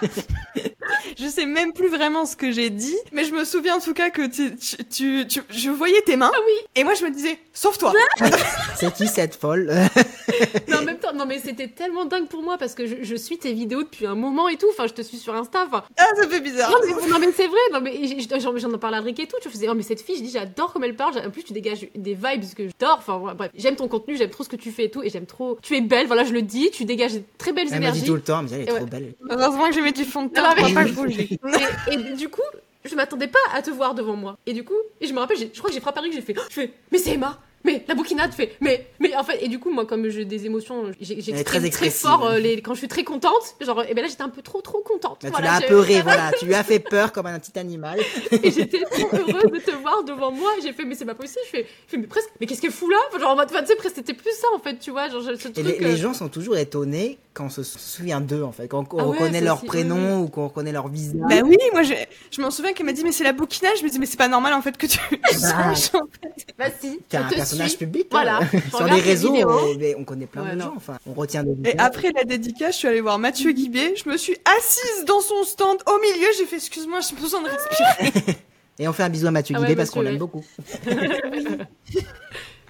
Je sais même plus vraiment ce que j'ai dit, mais je me souviens en tout cas que tu, tu, tu, tu- je voyais tes mains. Ah oui. Et moi, je me disais, sauve-toi. C'est qui cette folle Mais en même temps, non mais c'était tellement dingue pour moi parce que je, je suis tes vidéos depuis un moment et tout. Enfin, je te suis sur Insta. Enfin, Ah, ça fait bizarre. non mais, non, mais c'est vrai. Non mais j'ai- j'ai- j'en j'en parlais à Rick et tout. Je faisais oh mais cette fille, je dis j'adore comme elle parle. En plus, tu dégages des vibes parce que j'adore. Enfin voilà, bref, j'aime ton contenu, j'aime trop ce que tu fais et tout, et j'aime trop. Tu es belle. Voilà, je le dis. Tu dégages de très belles Elle me énergies. dit tout le temps, elle me dit, elle est Et trop ouais. belle. Heureusement que j'ai mis du fond de teint Non, mais- pour pas bouger. Et, et du coup, je m'attendais pas à te voir devant moi. Et du coup, et je me rappelle, j'ai- je crois que j'ai frappé Rick, j'ai fait, je fais, mais c'est Emma. Mais la bouquinade fait, mais, mais en fait, et du coup, moi, comme j'ai des émotions, j'ai- Elle est j'exprime très très, expressive. fort euh, les, quand je suis très contente. Genre, et ben là, j'étais un peu trop, trop contente. Là, tu Voilà, l'as j'ai- apeuré, voilà. Tu lui as fait peur comme un petit animal. Et j'étais trop heureuse de te voir devant moi. Et j'ai fait, mais c'est pas possible. Je fais, je fais mais presque, mais qu'est-ce qu'elle fout là? Enfin, genre, en mode, enfin, tu sais, presque, c'était plus ça, en fait, tu vois. Genre, ce truc. Et les, euh, les gens sont toujours étonnés quand on se souvient d'eux, en fait. Quand on Ah ouais, reconnaît ça leur aussi, prénom ou qu'on reconnaît leur visage. Bah oui, moi, je, je m'en souviens qu'elle m'a dit, mais c'est la bouquinage. Je me dis, mais c'est pas normal, en fait, que tu Bah. saches, en fait. Bah si, T'es on un te personnage suit. public. Voilà. hein. Je Sur regarde les tes réseaux, vidéos. on, mais on connaît plein Ouais, de non. gens. Enfin, on retient des Et visages. après la dédicace, je suis allée voir Mathieu Guibé. Je me suis assise dans son stand au milieu. J'ai fait, excuse-moi, j'ai besoin de respirer. Et on fait un bisou à Mathieu Ah ouais, Guibé parce qu'on Mathieu, l'aime ouais. beaucoup.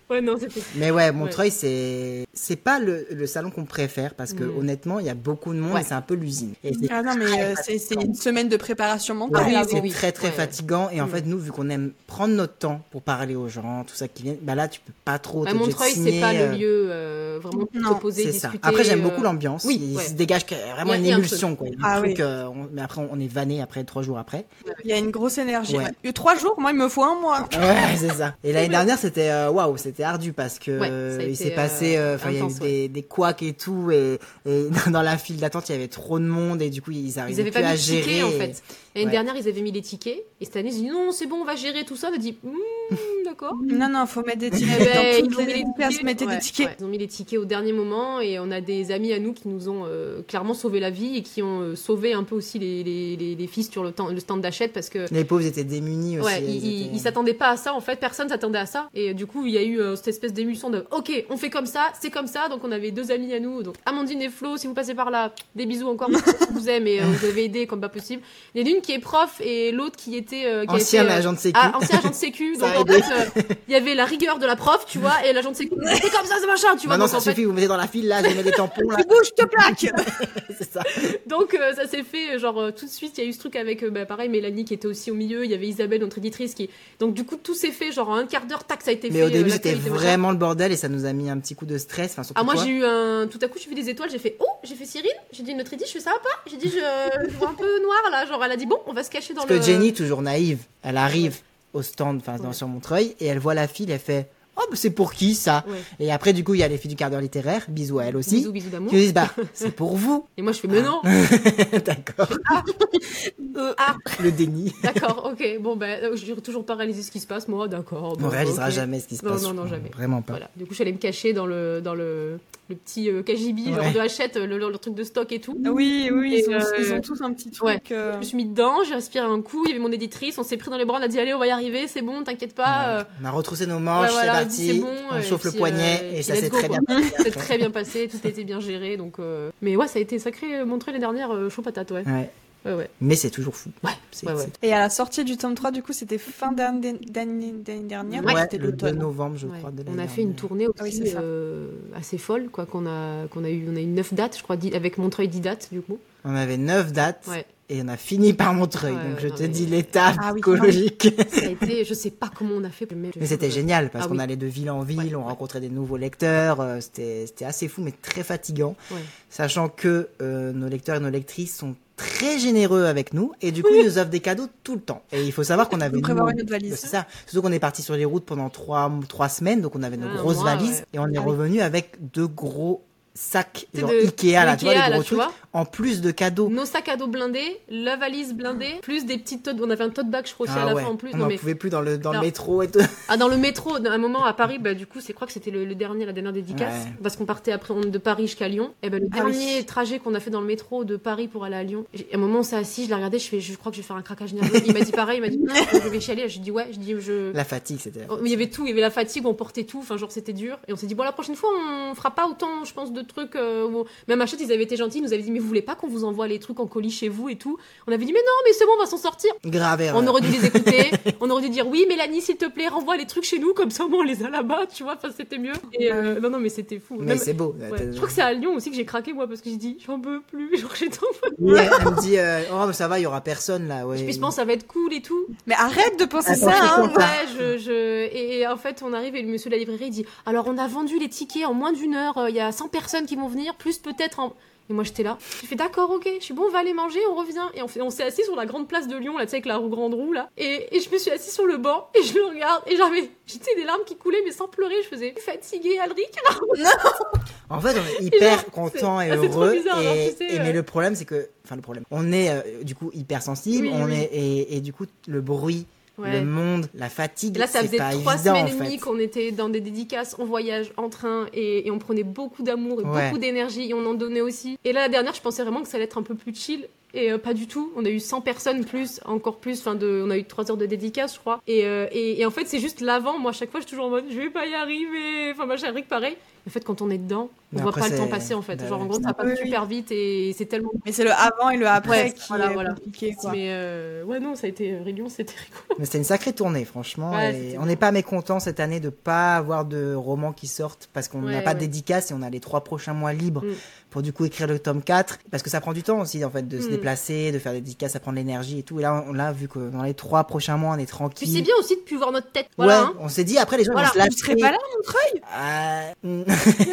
Ouais, non, c'était... Mais ouais, Montreuil, ouais. c'est c'est pas le, le salon qu'on préfère parce que mmh. honnêtement, il y a beaucoup de monde ouais. et c'est un peu l'usine. Et c'est ah non, mais euh, c'est, c'est une semaine de préparation mentale. Ouais, là, c'est oui. très très ouais. fatigant et en mmh. fait, nous, vu qu'on aime prendre notre temps pour parler aux gens, tout ça qui vient, bah là, tu peux pas trop. Bah, Montreuil, c'est pas euh... le lieu euh, vraiment pour te poser, c'est discuter. Ça. Après, j'aime euh... beaucoup l'ambiance. Oui, il ouais. se dégage vraiment une émulsion, quoi. Ah oui. Mais après, on est vanné après trois jours après. Il y a une grosse énergie. Trois jours, moi, il me faut un mois. Ouais, c'est ça. Et l'année dernière, c'était waouh, c'était ardu parce que il s'est passé, enfin, il y a eu des des couacs et tout et dans la file d'attente, il y avait trop de monde et du coup, ils arrivaient plus à gérer. Ils avaient pas mis de tickets, en fait. L'année ouais. dernière, ils avaient mis les tickets. Et cette année, ils ont dit non, c'est bon, on va gérer tout ça. On a dit, mmm, d'accord. Non, non, faut mettre des tickets. Ouais, ils, ont mis les tickets, mettez ouais, des tickets. Ouais. Ils ont mis les tickets au dernier moment. Et on a des amis à nous qui nous ont euh, clairement sauvé la vie et qui ont euh, sauvé un peu aussi les, les, les, les filles sur le, temps, le stand d'achète parce que. Les pauvres étaient démunis aussi. Ouais, ils, étaient... ils s'attendaient pas à ça. En fait, personne s'attendait à ça. Et du coup, il y a eu euh, cette espèce d'émulsion de ok, on fait comme ça, c'est comme ça. Donc, on avait deux amis à nous. Donc, Amandine et Flo, si vous passez par là, des bisous encore. Je vous aime et euh, vous avez aidé comme pas possible. Il y en a une qui est prof et l'autre qui était euh, qui ancien était, euh, agent de sécu. Ah, ancien agent de sécu. Donc en fait, il euh, y avait la rigueur de la prof, tu vois, et l'agent de sécu. C'est comme ça, c'est machin, tu vois. Maintenant, donc, ça en suffit. fait... Vous mettez dans la file là, je mets des tampons là. Tu bouges, je te plaque. C'est ça. Donc euh, ça s'est fait genre euh, tout de suite. Il y a eu ce truc avec euh, bah, pareil Mélanie qui était aussi au milieu. Il y avait Isabelle notre éditrice qui. Donc du coup tout s'est fait genre en un quart d'heure. Tac, ça a été Mais fait. Mais au début euh, c'était vraiment le bordel et ça nous a mis un petit coup de stress. Enfin, surtout ah moi toi. j'ai eu un. Tout à coup j'ai vu des étoiles. J'ai fait oh j'ai fait Cyril. J'ai dit notre éditrice je fais ça va pas. J'ai dit je, je vois un peu noir là. Genre elle a dit bon on va se cacher dans Parce le. Parce que Jenny toujours naïve. Elle arrive ouais. au stand, enfin ouais. sur Montreuil et elle voit la file. Elle fait oh, bah c'est pour qui ça ouais. Et après, du coup, il y a les filles du quart d'heure littéraire, bisous à elle aussi. Bisous, bisous d'amour. Qui disent bah c'est pour vous. Et moi je fais mais non. D'accord. Ah. Euh, ah. Le déni. D'accord, ok. Bon ben, je n'ai toujours pas réalisé ce qui se passe, moi. D'accord. Bon, on réalisera okay. jamais ce qui se non, passe. Non, non, non, jamais. Vraiment pas. Voilà. Du coup, je suis allée me cacher dans le dans le le petit euh, K G B, ouais. genre de Hachette, le, le, le truc de stock et tout. Oui, oui, ils, et, ont, euh, ils ont tous un petit truc. Ouais. Euh... Je me suis mis dedans, j'ai respiré un coup, il y avait mon éditrice, on s'est pris dans les bras, on a dit allez, on va y arriver, c'est bon, t'inquiète pas. Ouais. On a retroussé nos manches, ouais, voilà, c'est parti, c'est bon, on chauffe puis, le poignet euh, et ça s'est go, très quoi. bien passé. Ça s'est très bien passé, tout a été bien géré, donc. Euh... Mais ouais, ça a été sacré, montré les dernières euh, chaud patate, ouais. Ouais. Ouais, ouais. Mais c'est toujours fou. Ouais, c'est, ouais, ouais. Et à la sortie du tome trois, du coup, c'était fin d'année, d'année, d'année dernière. Ouais, c'était le l'automne. deux novembre, je ouais. crois. De on a dernière. fait une tournée aussi ah oui, euh, assez folle, quoi, qu'on a, qu'on a eu, on a eu neuf dates, je crois, avec Montreuil dix dates, du coup. On avait neuf dates. Ouais. Et on a fini par Montreuil, ouais, donc ouais, je non, te mais... dis l'état ah, oui, psychologique. Ça a été, je sais pas comment on a fait. Mais, mais c'était génial parce ah, qu'on oui. allait de ville en ville, ouais, on ouais. rencontrait des nouveaux lecteurs, euh, c'était, c'était assez fou mais très fatigant, ouais. sachant que euh, nos lecteurs et nos lectrices sont très généreux avec nous et du coup ils nous offrent des cadeaux tout le temps. Et il faut savoir qu'on avait prévoir une autre valise. C'est ça. Surtout qu'on est parti sur les routes pendant trois trois semaines, donc on avait nos ah, grosses moi, valises ouais. et on est ah, revenu oui. avec deux gros sacs genre de, Ikea là, Ikea, tu vois, les gros là, trucs, tu vois en plus de cadeaux. Nos sacs à dos blindés, la valise blindée, plus des petites totes. On avait un tote bag, je crois aussi ah, à la ouais. fin en plus. On non, n'en mais... pouvait plus dans le dans Alors, le métro et tout. Ah dans le métro, à un moment à Paris, bah du coup, c'est je crois que c'était le, le dernier, la dernière dédicace, ouais. parce qu'on partait après de Paris jusqu'à Lyon. Et ben le ah, dernier oui. trajet qu'on a fait dans le métro de Paris pour aller à Lyon. À un moment, on s'est assis, je l'ai regardé, je fais, je crois que je vais faire un craquage nerveux. Il m'a dit pareil, il m'a dit je vais chialer. Je dis ouais, je dis je. La fatigue, c'était. La fatigue. Il y avait tout, il y avait la fatigue, on portait tout, enfin genre c'était dur. Et on s'est dit bon la prochaine fois, on fera pas autant, je pense, de trucs. Euh, où... Même Hachette, ils avaient été gentils, ils nous avaient dit mais vous voulez pas qu'on vous envoie les trucs en colis chez vous et tout. On avait dit mais non, mais c'est bon, on va s'en sortir. Grave erreur. On aurait dû les écouter. On aurait dû dire oui, Mélanie, s'il te plaît, renvoie les trucs chez nous, comme ça, on les a là-bas, tu vois. Enfin, c'était mieux. Et euh, non, non, mais c'était fou. Mais Même... c'est beau. Ouais. Je crois que c'est à Lyon aussi que j'ai craqué moi parce que j'ai dit j'en peux plus. Genre j'étais en mode. Ouais, elle me dit euh, oh mais ça va, il y aura personne là. Ouais. Je pense que ça va être cool et tout. Mais arrête de penser Attends, ça. Hein. Ouais, je, je... Et, et en fait, on arrive et le monsieur de la librairie dit alors on a vendu les tickets en moins d'une heure. Il y a cent personnes qui vont venir, plus peut-être en. Et moi j'étais là, j'ai fait d'accord, ok, je suis bon, on va aller manger, on revient. Et on, fait, on s'est assis sur la grande place de Lyon, là, tu sais, avec la roue, grande roue, là. Et, et je me suis assis sur le banc, et je le regarde, et j'avais, j'étais des larmes qui coulaient, mais sans pleurer, je faisais fatiguée, Alric. Non. En fait, on est hyper genre, content et ah, heureux. Bizarre, et, alors, tu sais, et, ouais. Mais le problème, c'est que, enfin, le problème, on est euh, du coup hyper sensible, oui, on oui. est, et, et du coup, le bruit. Ouais. Le monde, la fatigue, là ça c'est faisait pas trois évident, semaines en et demie fait. qu'on était dans des dédicaces en voyage, en train, et, et on prenait beaucoup d'amour et ouais. beaucoup d'énergie, et on en donnait aussi. Et là la dernière, je pensais vraiment que ça allait être un peu plus chill. Et euh, pas du tout. On a eu cent personnes plus, encore plus. Enfin, de, on a eu trois heures de dédicace, je crois. Et, euh, et, et en fait, c'est juste l'avant. Moi, à chaque fois, je suis toujours en mode, je vais pas y arriver. Enfin, machin, Rick, pareil. En fait, quand on est dedans, on Mais voit après, pas le c'est- temps passer, en fait. bah, Genre, en gros, c'est ça un passe super vite et c'est tellement... Mais c'est le avant et le après Ouais, qui voilà, est voilà. compliqué, quoi. Mais euh, ouais, non, ça a été Réunion, c'était rigolo. Mais c'était une sacrée tournée, franchement. Ouais, et c'était on bien. n'est pas mécontents cette année de pas avoir de romans qui sortent parce qu'on n'a Ouais, pas de ouais. dédicace et on a les trois prochains mois libres Mm. pour du coup écrire le tome quatre. Parce que ça prend du temps aussi, en fait, de se Mm. déplacer, de faire des dédicaces, ça prend de l'énergie et tout. Et là, on l'a vu que dans les trois prochains mois, on est Puis tranquille. c'est bien aussi de plus voir notre tête. Voilà. ouais, hein. on s'est dit, après, les gens Voilà, vont se lâcher. Vous serez pas là, Montreuil Euh,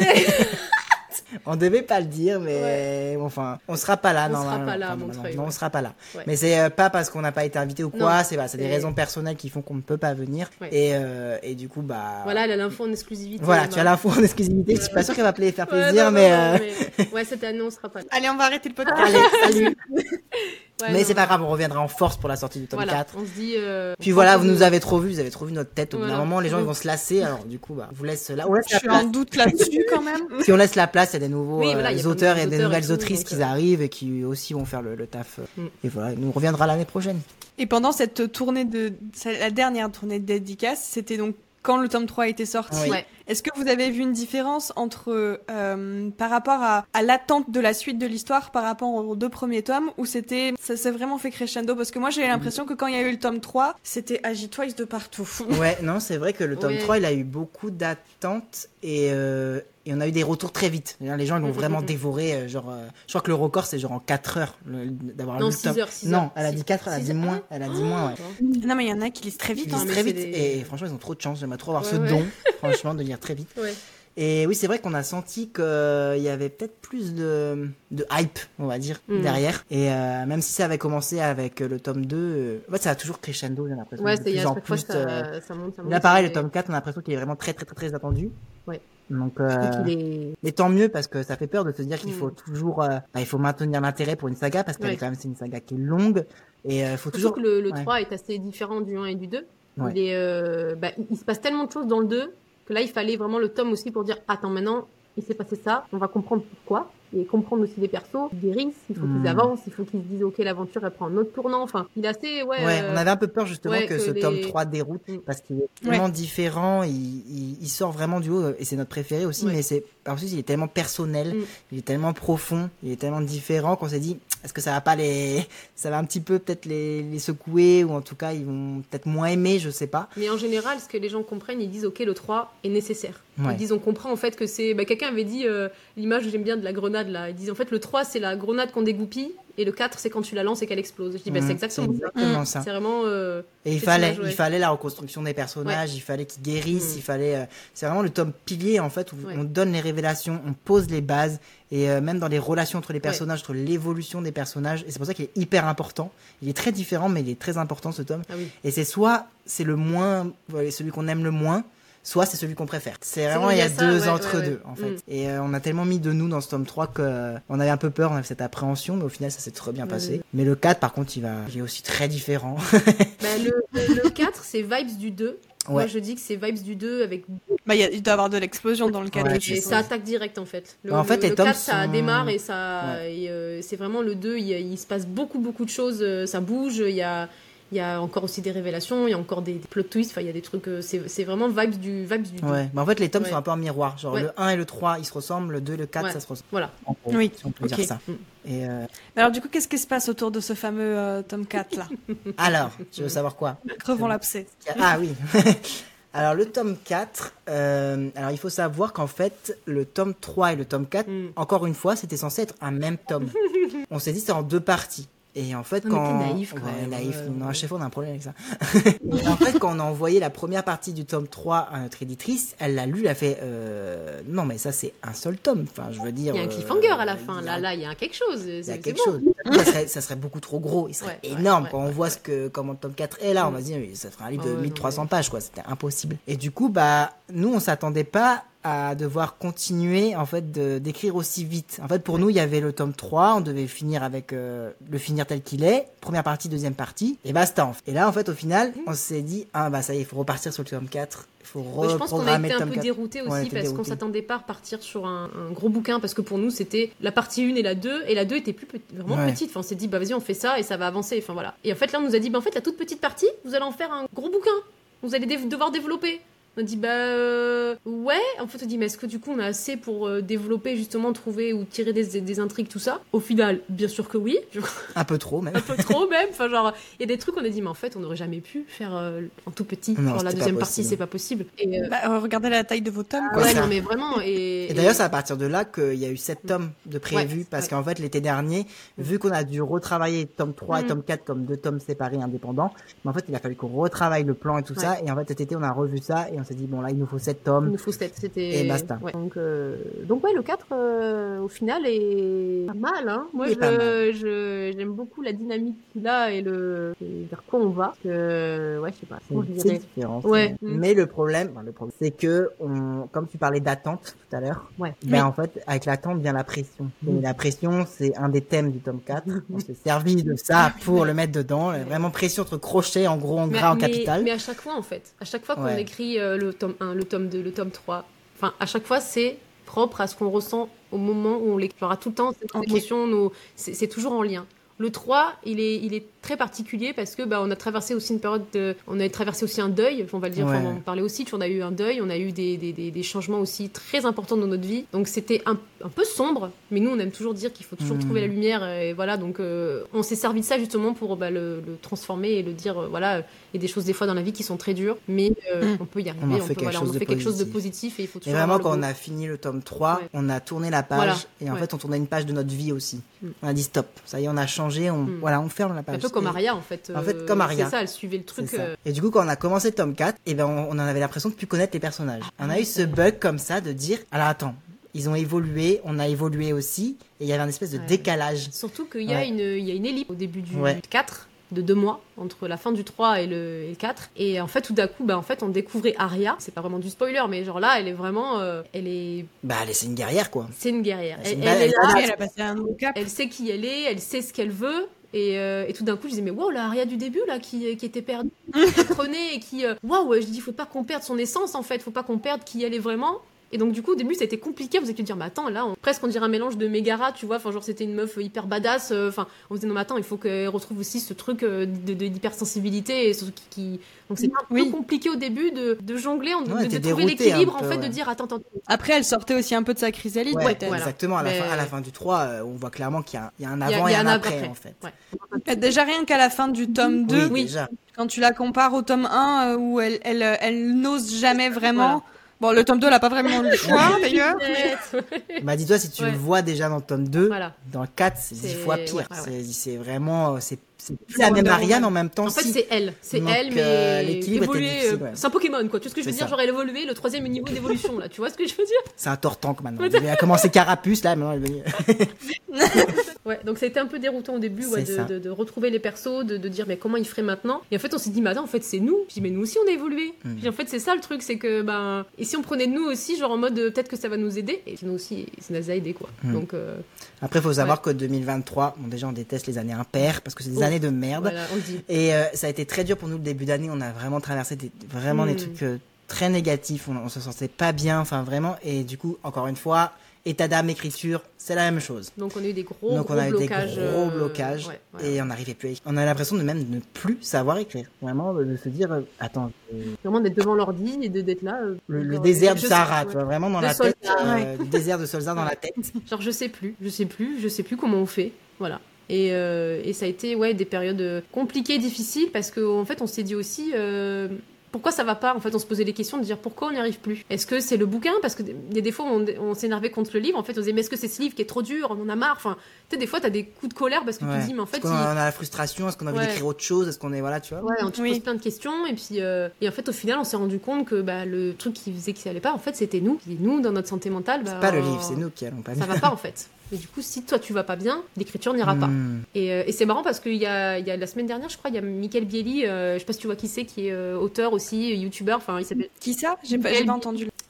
on devait pas le dire, mais enfin, on sera pas là. On non, sera non, pas non, là à non, non, Montreuil, non, on ouais. sera pas là. Ouais. Mais c'est euh, pas parce qu'on n'a pas été invité ou quoi. Non, c'est voilà, c'est des c'est- raisons personnelles qui font qu'on ne peut pas venir. Ouais. Et euh, et du coup, bah. Voilà, elle a l'info en exclusivité. Voilà, Emma. tu as l'info en exclusivité. Je suis pas sûr qu'elle va appeler et faire Ouais, plaisir, non, mais, non, euh, non, mais- Ouais, cette année, on sera pas là. Allez, on va arrêter le podcast. allez, salut. Ouais, mais non, c'est pas grave, on reviendra en force pour la sortie du tome Voilà, quatre. on se dit... euh, Puis on voilà, pense vous que- nous avez trop vu, vous avez trop vu notre tête. Au bout d'un Voilà. moment, les gens ils vont se lasser. Alors du coup, bah, on vous laisse là. On laisse Je la suis place. en doute là-dessus, quand même. Si on laisse la place, il y a des nouveaux Oui, voilà, il y a euh, plein de auteurs et nouveaux des auteurs et nouvelles tout, autrices donc, qui euh, arrivent et qui aussi vont faire le, le taf. euh, Mm. Et voilà, nous reviendra l'année prochaine. Et pendant cette tournée de, c'est la dernière tournée de dédicace, c'était donc quand le tome trois était sorti. Oui. Ouais. Est-ce que vous avez vu une différence entre, euh, par rapport à, à l'attente de la suite de l'histoire par rapport aux deux premiers tomes, ou c'était, ça s'est vraiment fait crescendo? Parce que moi, j'ai eu l'impression que quand il y a eu le tome trois, c'était agitoise de partout. Ouais, non, c'est vrai que le tome Ouais. trois, il a eu beaucoup d'attentes et, euh, et on a eu des retours très vite. Les gens, ils l'ont Mm, vraiment mm, mm. dévoré. euh, Genre, euh, je crois que le record, c'est genre en quatre heures le- d'avoir lu Non, le six tome. heures, six non, heures. elle a dit Six- quatre, elle a six dit heures. moins. Elle a dit moins, ouais. Non, mais il y en a qui lisent très vite. Ils hein. lisent mais très c'est vite des- et franchement, ils ont trop de chance. J'aimerais trop avoir Ouais, ce ouais. don, franchement, de lire très vite. Ouais. Et oui, c'est vrai qu'on a senti qu'il y avait peut-être plus de, de hype, on va dire, Mm. derrière. Et euh, même si ça avait commencé avec euh, le tome deux, euh, en fait, ça a toujours crescendo, j'ai l'impression. Ouais, de c'est il y plus a en chaque fois plus. ça, euh, ça monte, ça monte. Là, pareil, et- le tome quatre, on a l'impression qu'il est vraiment très, très, très, très attendu. Ouais. Donc, Je trouve euh, qu'il est... mais tant mieux parce que ça fait peur de se dire qu'il Mm. faut toujours, euh, bah, il faut maintenir l'intérêt pour une saga parce qu'elle Ouais. est quand même, c'est une saga qui est longue et euh, faut Surtout toujours. que le, le ouais. trois est assez différent du un et du deux. Ouais. Il, est, euh, bah, il- il se passe tellement de choses dans le deux que là, il fallait vraiment le tome aussi pour dire attends, maintenant, il s'est passé ça, on va comprendre pourquoi. Et comprendre aussi des persos, des risques, il faut Hmm. qu'ils avancent, il faut qu'ils se disent ok, l'aventure elle prend un autre tournant. Enfin, il est assez. Ouais, Ouais, euh, on avait un peu peur justement ouais, que, que ce les- tome trois déroute Mm. parce qu'il est tellement différent, il, il, il sort vraiment du haut et c'est notre préféré aussi, Ouais. mais c'est en plus il est tellement personnel, Mm. il est tellement profond, il est tellement différent qu'on s'est dit est-ce que ça va pas les, ça va un petit peu peut-être les, les secouer ou en tout cas ils vont peut-être moins aimer, je sais pas. Mais en général, ce que les gens comprennent, ils disent ok, le trois est nécessaire. Ouais. Ils disent on comprend en fait que c'est. Bah, quelqu'un avait dit euh, l'image que j'aime bien de la grenade là. Ils disent en fait le trois c'est la grenade qu'on dégoupille et le quatre c'est quand tu la lances et qu'elle explose. Je dis bah, Mm, c'est exactement ça. exactement ça. C'est vraiment. euh, Et il c'est fallait, image, ouais. il fallait la reconstruction des personnages, il fallait qu'ils guérissent, Mm. il fallait. euh, c'est vraiment le tome pilier en fait où Ouais. on donne les révélations, on pose les bases et euh, même dans les relations entre les personnages, entre l'évolution des personnages. Et c'est pour ça qu'il est hyper important. Il est très différent, mais il est très important ce tome. Ah oui. Et c'est soit c'est le moins, voilà, celui qu'on aime le moins. Soit c'est celui qu'on préfère. C'est vraiment, il y a ça, deux ouais, entre ouais, deux, ouais. en fait. Mm. Et euh, on a tellement mis de nous dans ce tome trois que euh, on avait un peu peur, on avait cette appréhension, mais au final, ça s'est très bien Ouais, passé. ouais. Mais le quatre, par contre, il va, il est aussi très différent. Bah, le, le quatre c'est vibes du deux. Moi Ouais. je dis que c'est vibes du deux avec. Bah, il y a- il doit y avoir de l'explosion dans le cadre. Ouais, du- c'est Et ça. ça attaque direct en fait. Le, Bah, en fait, le, les le tomes quatre ça sont- démarre et ça. Ouais. et, euh, c'est vraiment le deux, il, il se passe beaucoup beaucoup de choses, euh, ça bouge, il y a. Il y a encore aussi des révélations, il y a encore des, des plot twists, enfin il y a des trucs, euh, c'est c'est vraiment vibes du, vibes du deux. Ouais, bah en fait les tomes Ouais. sont un peu en miroir. Genre Ouais. le un et le trois ils se ressemblent, le deux et le quatre Ouais. ça se ressemble. Voilà. En gros, Oui, si on peut ok. dire ça. Mm. Et euh, Alors, du coup, qu'est-ce qui se passe autour de ce fameux euh, tome quatre là? alors, tu veux savoir quoi? Crevons l'abcès. Ah oui. Alors le tome quatre, euh, alors il faut savoir qu'en fait le tome trois et le tome quatre, Mm. encore une fois, c'était censé être un même tome. On s'est dit c'est en deux parties. Et en fait, Non, mais quand. t'es naïf, quand Ouais, même. naïf. Ouais, non, ouais. à chaque fois, on a un problème avec ça. Et en fait, quand on a envoyé la première partie du tome trois à notre éditrice, elle l'a lu, elle a fait euh, non, mais ça, c'est un seul tome. Enfin, je veux dire. Il y a un euh, cliffhanger à la il y fin, a- là, là, il y a quelque chose. Il y a c'est- quelque c'est bon. chose. Ça serait, ça serait beaucoup trop gros. Il serait Ouais, ouais, énorme. ouais, Quand on ouais, voit ouais. ce que, comment le tome quatre est là, on Mm. va se dire, oui, ça ferait un livre Ah de ouais, mille trois cents non, pages, quoi. C'était impossible. Et du coup, bah, nous, on s'attendait pas à devoir continuer en fait de, d'écrire aussi vite. En fait, pour nous, il y avait le tome trois, on devait finir avec euh, le finir tel qu'il est, première partie, deuxième partie, et basta. En fait. Et là, en fait, au final, on s'est dit ah bah ça y est, il faut repartir sur le tome quatre. Il faut ouais, je pense qu'on a été un peu déroutés aussi parce dérouté. qu'on s'attendait pas à repartir sur un, un gros bouquin parce que pour nous c'était la partie un et la deux et la deux était plus petit, vraiment ouais. petite. Enfin, on s'est dit bah vas-y on fait ça et ça va avancer. Enfin voilà. Et en fait là on nous a dit bah en fait la toute petite partie vous allez en faire un gros bouquin. Vous allez dev- devoir développer. On a dit bah euh, ouais. En fait on dit mais est-ce que du coup on a assez pour euh, développer justement trouver ou tirer des, des intrigues tout ça. Au final bien sûr que oui. Un peu trop même. Un peu trop même. Enfin genre il y a des trucs on a dit mais en fait on n'aurait jamais pu faire euh, en tout petit. Non, genre la deuxième partie c'est pas possible. Et euh... bah, euh, regardez la taille de vos tomes. Ah, ouais ça. Non mais vraiment. Et, et d'ailleurs c'est à partir de là qu'il y a eu sept tomes de prévus ouais, parce ouais. qu'en fait l'été dernier vu qu'on a dû retravailler tome trois mmh. et tome quatre comme deux tomes séparés indépendants, mais en fait il a fallu qu'on retravaille le plan et tout ouais. ça et en fait cet été on a revu ça et on s'est dit bon là il nous faut sept tomes. Il nous faut sept, c'était... Et basta. Ouais. Donc, euh... Donc ouais, le quatre, euh, au final, est pas mal. Hein. Moi, je... mal. Je... j'aime beaucoup la dynamique qu'il a et, le... et vers quoi on va. Que... Ouais, je sais pas. C'est une petite différence. Ouais. Mais le problème, enfin, le problème, c'est que, on... comme tu parlais d'attente tout à l'heure, ouais. ben, oui. en fait, avec l'attente vient la pression. Mmh. Et la pression, c'est un des thèmes du tome quatre. On s'est servi de ça pour le mettre dedans. Vraiment pression entre crochets, en gros, en gras, mais, en capital. Mais à chaque fois, en fait, à chaque fois qu'on ouais. écrit euh, le tome un, le tome deux, le tome trois, enfin, à chaque fois, c'est propre à ce qu'on ressent au moment où on l'écrira tout le temps, cette okay. émotion, nos... c'est, c'est toujours en lien. Le trois, il est, il est très particulier parce que bah, on a traversé aussi une période, de, on a traversé aussi un deuil, on va le dire, ouais. on va en parler aussi, on a eu un deuil, on a eu des, des, des, des changements aussi très importants dans notre vie. Donc c'était un, un peu sombre, mais nous on aime toujours dire qu'il faut toujours mmh. trouver la lumière. Et voilà, donc euh, on s'est servi de ça justement pour bah, le, le transformer et le dire, euh, voilà, il y a des choses des fois dans la vie qui sont très dures, mais euh, mmh. on peut y arriver, on, on, peut, voilà, on fait quelque chose de positif et il faut toujours. Et vraiment, quand on a fini le tome trois, ouais. on a tourné la page voilà. et en ouais. fait on tournait une page de notre vie aussi. Mmh. On a dit stop, ça y est, on a changé, on, mmh. voilà, on ferme la page. Un peu comme Aria en fait. En fait, comme Aria. C'est ça, elle suivait le truc. Euh... Et du coup, quand on a commencé le tome quatre, et ben, on, on en avait l'impression de plus connaître les personnages. On a eu ce bug comme ça de dire, alors attends, ils ont évolué, on a évolué aussi, et il y avait un espèce de ouais. décalage. Surtout qu'il y a ouais. une, il y a une ellipse au début du ouais. quatre. De deux mois entre la fin du trois et le, et le quatre, et en fait tout d'un coup bah en fait on découvrait Aria, c'est pas vraiment du spoiler mais genre là elle est vraiment euh, elle est bah elle est, c'est une guerrière quoi, c'est une guerrière c'est elle, une elle, elle, est là, elle a passé un nouveau cap, elle sait qui elle est, elle sait ce qu'elle veut. Et, euh, et tout d'un coup, je disais, mais waouh, la Aria du début, là, qui, qui était perdue, qui prenait et qui. Waouh, euh, je dis, faut pas qu'on perde son essence, en fait, faut pas qu'on perde qui elle est vraiment. Et donc, du coup, au début, ça a été compliqué. Vous avez pu dire, mais attends, là, on... presque on dirait un mélange de Megara, tu vois. Enfin, genre, c'était une meuf hyper badass. Enfin, euh, on se disait, non, mais attends, il faut qu'elle retrouve aussi ce truc euh, de, de, d'hypersensibilité. Et ce qui, qui... Donc, c'est un oui. peu compliqué au début de, de jongler, en, ouais, de, de trouver l'équilibre, peu, en fait, ouais. de dire, attends, attends. Après, elle sortait aussi un peu de sa chrysalide. Ouais, ouais, voilà. Exactement. À la, mais... fin, à la fin du trois, euh, on voit clairement qu'il y a, il y a un avant y a, et un, un après, après, en fait. Ouais. Déjà, rien qu'à la fin du tome deux, oui, déjà. Quand tu la compares au tome un, où elle, elle, elle, elle n'ose jamais vraiment. Voilà. Bon, le tome deux, elle a pas vraiment le choix, d'ailleurs. Mais... Bah, dis-toi, si tu ouais. le vois déjà dans le tome deux, voilà. dans le quatre, c'est, c'est... dix fois pire. Ouais, ouais. C'est, c'est vraiment, c'est, c'est plus c'est la même Aria, mais en même temps, en fait, si. c'est elle. C'est Donc, elle, mais euh, l'équilibre évolué, était difficile, ouais. C'est un Pokémon, quoi. Tu vois ce que je veux c'est dire? ça. Genre, elle évolué, le troisième niveau d'évolution, là. Tu vois ce que je veux dire? C'est un Tortank, maintenant. Elle a commencé Carapuce, là, maintenant, elle est venue. Ouais, donc ça a été un peu déroutant au début, ouais, de, de, de retrouver les persos, de, de dire, mais comment ils feraient maintenant? Et en fait, on s'est dit, mais attends, en fait, c'est nous. Puis, mais nous aussi, on a évolué. Mm. Puis, en fait, c'est ça le truc, c'est que, ben, et si on prenait de nous aussi, genre en mode, euh, peut-être que ça va nous aider. Et nous aussi, ça nous a aidé, quoi. Mm. Donc, euh... Après, il faut savoir ouais. que deux mille vingt-trois, bon, déjà, on déteste les années impaires parce que c'est des oh. années de merde. Voilà, on le dit. Et euh, ça a été très dur pour nous le début d'année. On a vraiment traversé des, vraiment mm. des trucs euh, très négatifs. On, on se sentait pas bien, enfin, vraiment. Et du coup, encore une fois, état d'âme, écriture, c'est la même chose. Donc on a eu des gros, Donc gros on a eu blocages. des gros blocages euh... ouais, ouais. et on n'arrivait plus à écrire. On a l'impression de même ne plus savoir écrire. Vraiment, de se dire, euh, attends. Euh... Vraiment d'être devant l'ordi et de, d'être là. Euh, le, le désert du Sahara, tu vois, vraiment dans de la Solza, tête. Euh, le désert de Solza dans la tête. Genre je sais plus, je sais plus, je sais plus comment on fait. Voilà. Et, euh, et ça a été ouais, des périodes compliquées, difficiles, parce qu'en en fait on s'est dit aussi... Euh... Pourquoi ça va pas? En fait, on se posait les questions de dire pourquoi on n'y arrive plus. Est-ce que c'est le bouquin? Parce que y a des fois, on, on s'énervait contre le livre. En fait, on se disait, mais est-ce que c'est ce livre qui est trop dur? On en a marre. Enfin, tu sais, des fois, t'as des coups de colère parce que ouais. tu te dis, mais en fait. Est-ce qu'on il... a la frustration? Est-ce qu'on a envie ouais. d'écrire autre chose? Est-ce qu'on est. Voilà, tu vois? Ouais, on te oui. pose plein de questions. Et puis, euh... et en fait, au final, on s'est rendu compte que bah, le truc qui faisait que ça allait pas, en fait, c'était nous. Et nous, dans notre santé mentale. Bah, c'est pas on... le livre, c'est nous qui allons pas bien. Ça va pas, en fait. Et du coup, si toi tu vas pas bien, l'écriture n'ira pas. Mm. Et, euh, et c'est marrant parce qu'il y a, il y a la semaine dernière, je crois, il y a Michael Bielli, euh, je sais pas si tu vois qui c'est, qui est euh, auteur aussi, youtubeur, enfin il s'appelle. Qui ça? J'ai pas, j'ai pas entendu.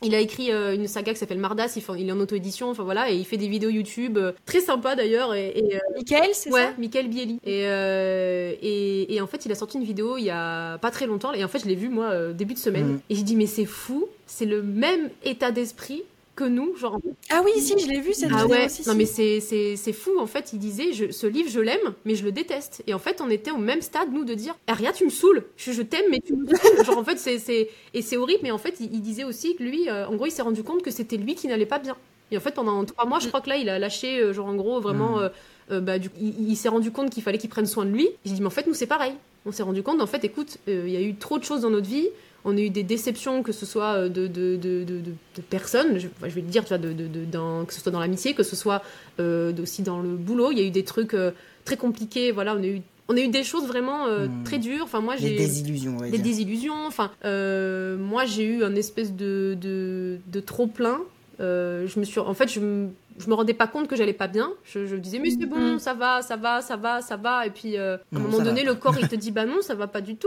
Il a écrit euh, une saga qui s'appelle Mardas, il, fait, il est en auto-édition, enfin voilà, et il fait des vidéos YouTube euh, très sympas d'ailleurs. Et, et, euh, Michael, c'est ouais, ça? Michael Bieli. Et, euh, et, et en fait, il a sorti une vidéo il y a pas très longtemps, et en fait, je l'ai vu moi euh, début de semaine, Mm. et j'ai dit mais c'est fou, c'est le même état d'esprit que nous, genre. Ah oui, si, je l'ai vu cette Ah vidéo ouais, aussi. non si. mais c'est c'est c'est fou en fait. Il disait, je, ce livre je l'aime, mais je le déteste. Et en fait, on était au même stade nous de dire, Aria, tu me saoules. Je, je t'aime, mais tu me saoules. Genre en fait, c'est c'est et c'est horrible. Mais en fait, il, il disait aussi que lui, euh, en gros, il s'est rendu compte que c'était lui qui n'allait pas bien. Et en fait, pendant trois mois, je crois que là, il a lâché, euh, genre en gros, vraiment, Mm. euh, euh, bah, du, il, il s'est rendu compte qu'il fallait qu'il prenne soin de lui. J'ai dit, mais en fait, nous c'est pareil. On s'est rendu compte, en fait, écoute, euh, il y a eu trop de choses dans notre vie. On a eu des déceptions, que ce soit de, de, de, de, de, de personnes, je, je vais te dire, tu vois, de, de, de, dans, que ce soit dans l'amitié, que ce soit euh, aussi dans le boulot. Il y a eu des trucs euh, très compliqués. Voilà, on a eu, on a eu des choses vraiment euh, Hmm. très dures. Enfin, moi, Des j'ai désillusions, on va des dire. désillusions. Enfin, euh, moi, j'ai eu un espèce de, de, de trop plein. Euh, je me suis, en fait, je me, je me rendais pas compte que j'allais pas bien. Je, je disais mais c'est bon, Mhm. ça va, ça va, ça va, ça va. Et puis euh, à un Non, moment ça donné, va le corps il te dit bah non, ça va pas du tout.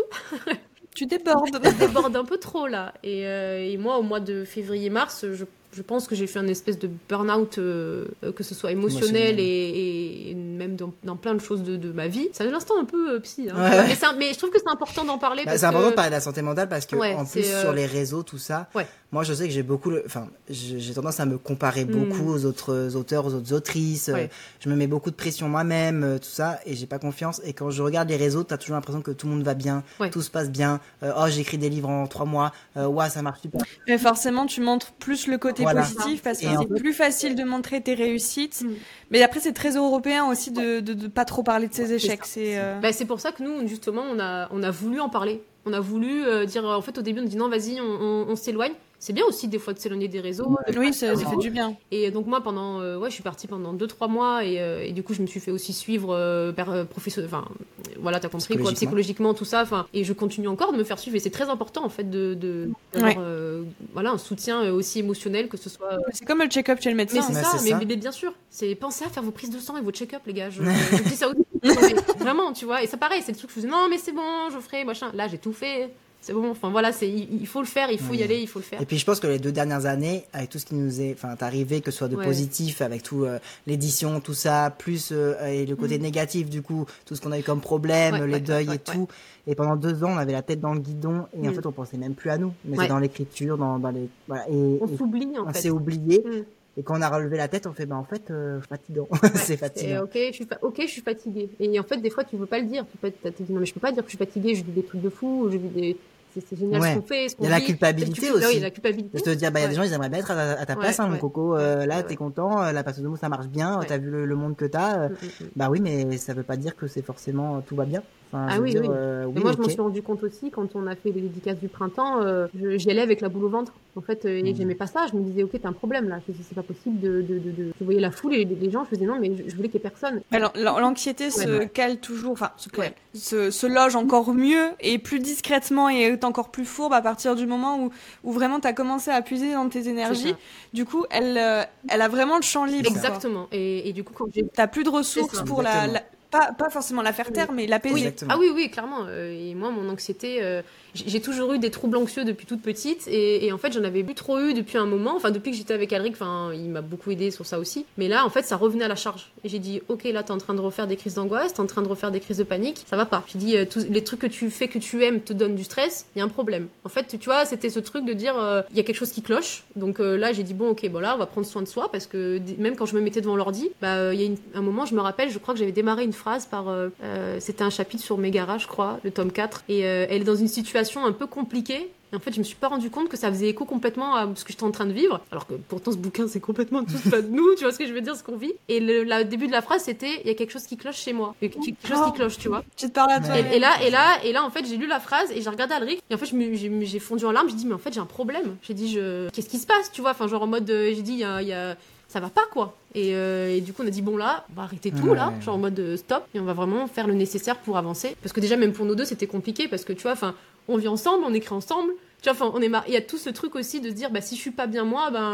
Tu débordes. Je déborde un peu trop là. Et, euh, et moi, au mois de février-mars, je, je pense que j'ai fait un espèce de burn-out, euh, que ce soit émotionnel Émotionnel. et, et même dans, dans plein de choses de, de ma vie. C'est un instant un peu euh, psy. Hein, Ouais. mais, c'est un- mais je trouve que c'est important d'en parler. Bah, parce c'est important que... de parler de la santé mentale parce que Ouais, en c'est, plus euh, sur les réseaux tout ça, Ouais. moi je sais que j'ai beaucoup, le- enfin j'ai j'ai tendance à me comparer Mm. beaucoup aux autres auteurs, aux autres autrices. Ouais. euh, Je me mets beaucoup de pression moi-même, euh, tout ça, et j'ai pas confiance. Et quand je regarde les réseaux, t'as toujours l'impression que tout le monde va bien, Ouais. tout se passe bien. Euh, oh j'ai écrit des livres en trois mois, euh, ouais ça marche super. Mais forcément, tu montres plus le côté Voilà. positif parce que Et en c'est fait- plus facile de montrer tes réussites. Mm. Mais après, c'est très européen aussi de, de, de pas trop parler de ses échecs. ça. C'est euh, Bah, c'est pour ça que nous, justement, on a, on a voulu en parler. On a voulu euh, dire, en fait, au début, on dit non, vas-y, on, on, on s'éloigne. C'est bien aussi, des fois, de s'éloigner des réseaux. de oui, pas- ça, ça fait du bien. Et donc, moi, pendant, euh, ouais, je suis partie pendant deux trois mois et, euh, et du coup, je me suis fait aussi suivre euh, par euh, professionnel. Enfin, voilà, t'as compris, quoi, Psychologiquement. psychologiquement, tout ça. Enfin, et je continue encore de me faire suivre et c'est très important, en fait, de, de, d'avoir, Ouais. euh, voilà, un soutien euh, aussi émotionnel, que ce soit. euh, C'est comme le check-up chez le médecin. Mais c'est Mais ça, c'est mais, ça. mais bien sûr, c'est pensez à faire vos prises de sang et vos check-up, les gars. Je, je dis ça aussi. Non, mais vraiment, tu vois. Et ça, pareil, c'est le truc que je faisais, non, mais c'est bon, je ferai, machin. Là, j'ai tout fait. C'est bon. Enfin, voilà, c'est, il, il faut le faire, il faut y Oui. aller, il faut le faire. Et puis je pense que les deux dernières années, avec tout ce qui nous est, enfin, arrivé, que ce soit de Ouais. positif, avec tout euh, l'édition, tout ça, plus euh, et le côté Mm. négatif du coup, tout ce qu'on a eu comme problème, Ouais, les ouais, deuils ouais, et tout. Et pendant deux ans, on avait la tête dans le guidon et en Mm. fait, on pensait même plus à nous, mais Ouais. c'est dans l'écriture, dans, dans les, voilà, et, On et s'oublie, en on fait. s'est oublié. Mm. Et quand on a relevé la tête, on fait, bah en fait, euh, fatigant, c'est Et, fatigant. ok, je suis fa- ok, je suis fatiguée. Et en fait, des fois, tu veux pas le dire. Tu peux, t'as- t'as dit, non, mais je peux pas dire que je suis fatiguée. Je vis des trucs de fou. Je vis des, c'est, c'est génial Ouais. ce qu'on fait, ce qu'on Il y a la vit. culpabilité Tu- aussi. Oui, il y a la culpabilité. Je te dire, bah, il y a des Ouais. gens, ils aimeraient bien être à, à ta Ouais, place, hein, mon ouais. coco. Euh, Ouais, là, ouais, t'es ouais. content, euh, la passe de mots, ça marche bien, Ouais. t'as vu le, le monde que t'as. euh, Mm, mm, mm. Bah oui, mais ça veut pas dire que c'est forcément euh, tout va bien. Enfin, Ah je veux oui, dire, oui. euh, oui, Mais moi, je m'en ok. suis rendu compte aussi quand on a fait les dédicaces du printemps. Euh, je- j'y allais avec la boule au ventre. En fait, euh, et Mhm. j'aimais pas ça. Je me disais, ok, t'as un problème là. Je disais, c'est pas possible de, de, de, de... Je voyais la foule et les, les gens. Je faisais non, mais je, je voulais qu'il y ait personne. Alors, l'an- l'anxiété se Ouais. cale toujours, enfin, se, cale, Ouais. se, se loge encore mieux et plus discrètement et est encore plus fourbe à partir du moment où, où vraiment t'as commencé à puiser dans tes énergies. ça. Du coup, elle, euh, elle a vraiment le champ libre. quoi. Exactement. Et, et du coup, quand j'ai T'as plus de ressources C'est ça. pour la, Exactement. la- pas, pas forcément la faire taire, mais l'apaiser. Oui. Exactement. Ah oui, oui, clairement. Euh, et moi, mon anxiété, euh, j'ai j'ai toujours eu des troubles anxieux depuis toute petite. Et, et en fait, j'en avais plus trop eu depuis un moment. Enfin, depuis que j'étais avec Alric, enfin, il m'a beaucoup aidé sur ça aussi. Mais là, en fait, ça revenait à la charge. Et j'ai dit, ok, là, t'es en train de refaire des crises d'angoisse, t'es en train de refaire des crises de panique. Ça va pas. J'ai dit, euh, tous les trucs que tu fais, que tu aimes, te donnent du stress. Il y a un problème. En fait, tu vois, c'était ce truc de dire, euh, il y a quelque chose qui cloche. Donc euh, là, j'ai dit, bon, ok, bon, là, on va prendre soin de soi. Parce que d- même quand je me mettais devant l'ordi, bah, euh, il y a une- un moment, je me rappelle, je crois que j'avais démarré une phrase par. euh, euh, c'était un chapitre sur Megara, je crois, le tome quatre. Et euh, elle est dans une situation un peu compliquée. Et en fait, je me suis pas rendu compte que ça faisait écho complètement à ce que j'étais en train de vivre. Alors que pourtant, ce bouquin, c'est complètement tout pas de nous, tu vois ce que je veux dire, ce qu'on vit. Et le la- début de la phrase, c'était il y a quelque chose qui cloche chez moi. Il y a quelque chose qui cloche, tu vois. Tu te parles à toi. Et, et là, et là, et là, en fait, j'ai lu la phrase et j'ai regardé Alric. Et en fait, je me- j'ai j'ai fondu en larmes. J'ai dit, mais en fait, j'ai un problème. J'ai dit, je... qu'est-ce qui se passe, tu vois. Enfin, genre en mode, euh, j'ai dit, il y a, il y a- ça va pas, quoi. Et, euh, et du coup, on a dit, bon, là, on va arrêter tout, Ouais. là. Genre en mode euh, stop. Et on va vraiment faire le nécessaire pour avancer. Parce que déjà, même pour nous deux, c'était compliqué. Parce que, tu vois, enfin, on vit ensemble, on écrit ensemble. Tu vois, enfin, on est mar... il y a tout ce truc aussi de se dire, bah, si je suis pas bien moi, ben.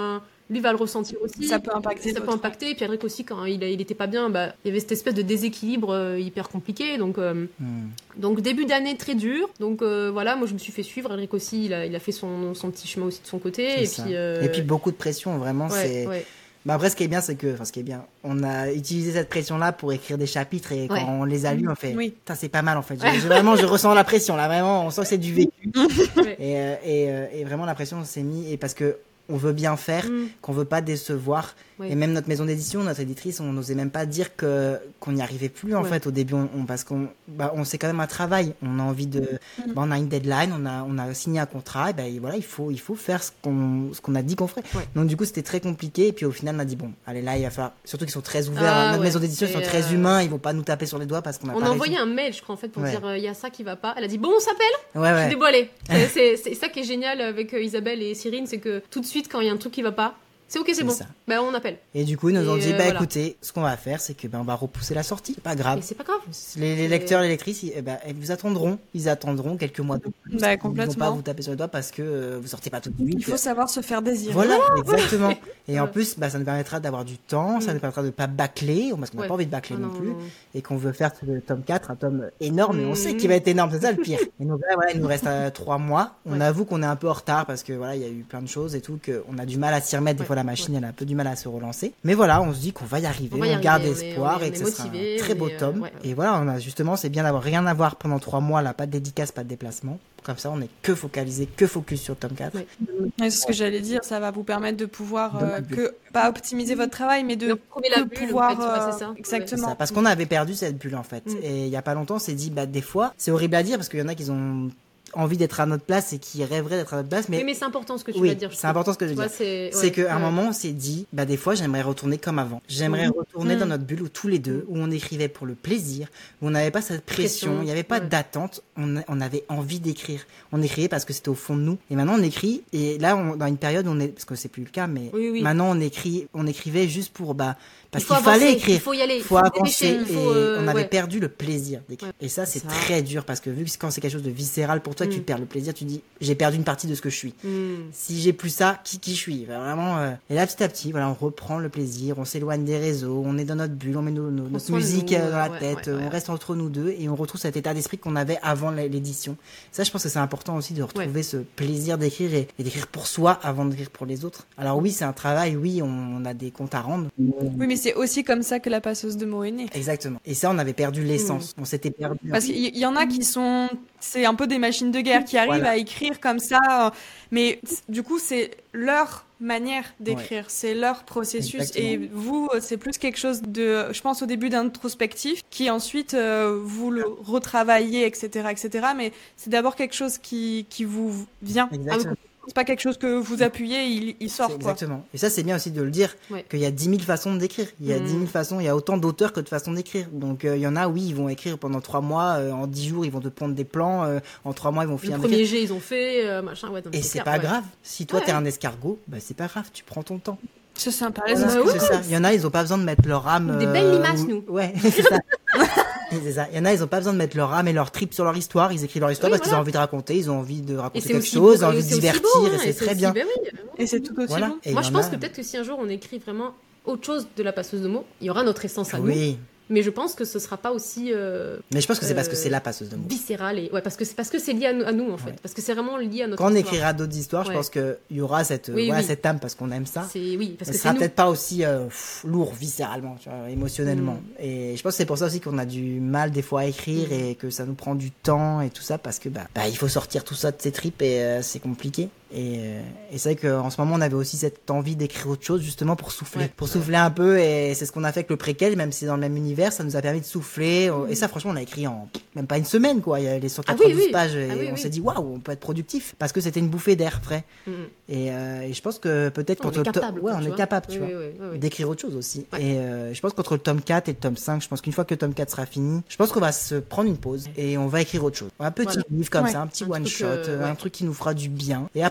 lui va le ressentir aussi. Ça peut impacter. Ça peut impacter. Et puis Alric aussi, quand il, il était pas bien, bah, il y avait cette espèce de déséquilibre euh, hyper compliqué. Donc, euh, mm. donc début d'année très dur. Donc euh, voilà, moi je me suis fait suivre. Alric aussi, il a, il a fait son, son petit chemin aussi de son côté. Et puis, euh... et puis beaucoup de pression, vraiment. Ouais, c'est... ouais. Bah après, ce qui est bien, c'est que, enfin, ce qui est bien, on a utilisé cette pression-là pour écrire des chapitres et quand ouais. on les a lus, on fait, oui. putain, c'est pas mal en fait. Je, je, vraiment, je ressens la pression là, vraiment, on sent que c'est du vécu. ouais. et, euh, et, euh, et vraiment, la pression s'est mise et parce que on veut bien faire, mm. qu'on veut pas décevoir. Oui. Et même notre maison d'édition, notre éditrice, on n'osait même pas dire que qu'on n'y arrivait plus en ouais. fait au début, on, on, parce qu'on, bah, on c'est quand même un travail. On a envie de, mm. bah, on a une deadline, on a, on a signé un contrat, et ben bah, voilà, il faut, il faut faire ce qu'on, ce qu'on a dit qu'on ferait. Ouais. Donc du coup, c'était très compliqué. Et puis au final, on a dit bon, allez là, il va falloir. Surtout qu'ils sont très ouverts. Ah, notre ouais, maison d'édition, ils sont très euh... humains, ils vont pas nous taper sur les doigts parce qu'on a. On pas a envoyé réussi. un mail, je crois en fait, pour ouais. dire il euh, y a ça qui va pas. Elle a dit bon, on s'appelle. Ouais, ouais. Je suis déboilée. c'est, c'est, c'est ça qui est génial avec euh, Isabelle et Cyrine, c'est que tout de suite, quand il y a un truc qui va pas. C'est ok, c'est, c'est bon. Ça. Ben on appelle. Et du coup, ils nous ont et dit, euh, bah voilà. écoutez, ce qu'on va faire, c'est que ben on va repousser la sortie. C'est pas grave. Et c'est pas grave. Les, les lecteurs, les lectrices, ils, ben, ils vous attendront. Ils attendront quelques mois de plus. Bah, complètement. Ils vont pas vous taper sur les doigts parce que euh, vous sortez pas tout de suite. Il faut savoir se faire désirer. Voilà, exactement. Et en plus, bah, ça nous permettra d'avoir du temps, mm. ça nous permettra de pas bâcler, parce qu'on n'a ouais. pas envie de bâcler ah, non, non plus, non. et qu'on veut faire le tome quatre, un tome énorme, mm. et on sait qu'il va être énorme, c'est ça le pire. Et donc là, voilà, il nous reste euh, trois mois. On ouais. avoue qu'on est un peu en retard parce que voilà, il y a eu plein de choses et tout, qu'on a du mal à s'y remettre. Des ouais. fois, la machine, ouais. elle a un peu du mal à se relancer. Mais voilà, on se dit qu'on va y arriver, on, on arriver, garde on espoir est, et que ce sera un très beau est, tome. Euh, ouais. Et voilà, on a justement, c'est bien d'avoir rien à voir pendant trois mois, là, pas de dédicace, pas de déplacement. Comme ça, on est que focalisé, que focus sur le tome quatre. Oui. Ouais, c'est ce que j'allais dire, ça va vous permettre de pouvoir, euh, que, pas optimiser votre travail, mais de, de la bulle, pouvoir... En fait, euh, c'est ça. Exactement. C'est ça, parce qu'on avait perdu cette bulle, en fait. Mm. Et il y a pas longtemps, on s'est dit, bah, des fois, c'est horrible à dire, parce qu'il y en a qui ont envie d'être à notre place et qui rêveraient d'être à notre place. Mais, oui, mais c'est important ce que tu oui, vas dire. C'est important ce que je veux dire. C'est, c'est ouais, qu'à ouais. un moment, on s'est dit, bah, des fois, j'aimerais retourner comme avant. J'aimerais mmh. retourner mmh. dans notre bulle où tous les deux, où on écrivait pour le plaisir, où on n'avait pas cette pression, pression. il n'y avait pas ouais. d'attente, on, on avait envie d'écrire. On écrivait parce que c'était au fond de nous. Et maintenant, on écrit, et là, on, dans une période où on est, parce que c'est plus le cas, mais oui, oui. maintenant, on écrit, on écrivait juste pour, bah, parce qu'il avancer, fallait écrire. Il faut y aller. Il faut, faut avancer. Il faut, euh, et on avait ouais. perdu le plaisir d'écrire. Ouais. Et ça, c'est ça. très dur parce que vu que quand c'est quelque chose de viscéral pour toi, mm. tu perds le plaisir, tu dis, j'ai perdu une partie de ce que je suis. Mm. Si j'ai plus ça, qui, qui je suis? Enfin, vraiment, euh... Et là, petit à petit, voilà, on reprend le plaisir, on s'éloigne des réseaux, on est dans notre bulle, on met nos, nos, on notre musique nous, dans la ouais, tête, ouais, ouais, on ouais. reste entre nous deux et on retrouve cet état d'esprit qu'on avait avant l'édition. Ça, je pense que c'est important aussi de retrouver ouais. ce plaisir d'écrire et, et d'écrire pour soi avant d'écrire pour les autres. Alors oui, c'est un travail, oui, on, on a des comptes à rendre. Oui, mais c'est aussi comme ça que la passeuse de mots est née. Exactement. Et ça, on avait perdu l'essence. Mmh. On s'était perdu. Parce qu'il y, y en a qui sont... C'est un peu des machines de guerre qui arrivent voilà. à écrire comme ça. Euh, mais du coup, c'est leur manière d'écrire. Ouais. C'est leur processus. Exactement. Et vous, c'est plus quelque chose de... Je pense au début d'introspectif qui ensuite, euh, vous le retravaillez, et cetera, et cetera. Mais c'est d'abord quelque chose qui, qui vous vient. Exactement. C'est pas quelque chose que vous appuyez, il, il sort. C'est quoi. Exactement. Et ça, c'est bien aussi de le dire, ouais. qu'il y a dix mille façons d'écrire. Il y a mmh. dix mille façons, il y a autant d'auteurs que de façons d'écrire. Donc, euh, il y en a, oui, ils vont écrire pendant trois mois, euh, en dix jours, ils vont te prendre des plans, euh, en trois mois, ils vont finir d'écrire. Le premier jet, ils ont fait, euh, machin, ouais. Et c'est, c'est pas ouais. grave. Si toi, ouais. t'es un escargot, bah, c'est pas grave, tu prends ton temps. C'est sympa, les voilà, c'est ça. Il y en a, ils ont pas besoin de mettre leur âme. Des belles limaces, euh, nous. Ouais, c'est ça. C'est ça. Il y en a, ils ont pas besoin de mettre leur âme et leur trip sur leur histoire. Ils écrivent leur histoire oui, parce voilà. qu'ils ont envie de raconter, ils ont envie de raconter quelque chose, ils ont envie de divertir, beau, hein, et c'est, et c'est très aussi, bien. Ben oui, et c'est tout aussi voilà. bon. Et moi, je pense a... que peut-être que si un jour on écrit vraiment autre chose de la passeuse de mots, il y aura notre essence à oui. nous. Mais je pense que ce sera pas aussi. Euh, mais je pense que c'est euh, parce que c'est la passeuse de mots. Viscéral et ouais parce que c'est parce que c'est lié à nous, à nous en fait, ouais. parce que c'est vraiment lié à notre. Quand on histoire. écrira d'autres histoires, ouais. je pense que il y aura cette oui, voilà oui. cette âme parce qu'on aime ça. C'est oui parce ça que sera c'est peut-être nous. pas aussi euh, pff, lourd viscéralement, tu vois, émotionnellement. Mm. Et je pense que c'est pour ça aussi qu'on a du mal des fois à écrire mm. et que ça nous prend du temps et tout ça parce que bah, bah il faut sortir tout ça de ses tripes et euh, c'est compliqué. Et, euh, et c'est vrai qu'en ce moment on avait aussi cette envie d'écrire autre chose justement pour souffler, ouais. pour souffler un peu et c'est ce qu'on a fait avec le préquel, même si c'est dans le même univers, ça nous a permis de souffler. Mmh. Et ça franchement on a écrit en même pas une semaine quoi, il y a les cent quatre-vingt-douze ah oui, oui. pages et ah oui, on oui. s'est dit waouh on peut être productif parce que c'était une bouffée d'air frais. Mmh. Et, euh, et je pense que peut-être on contre est capable, le to- ouais, on est capable tu oui, vois oui, oui, oui. d'écrire autre chose aussi. Ouais. Et euh, je pense qu'entre le tome quatre et le tome cinq, je pense qu'une fois que le tome quatre sera fini, je pense qu'on va se prendre une pause et on va écrire autre chose. Un petit voilà. livre comme ouais. ça, un petit un one shot, euh, un ouais. truc qui nous fera du bien. Et après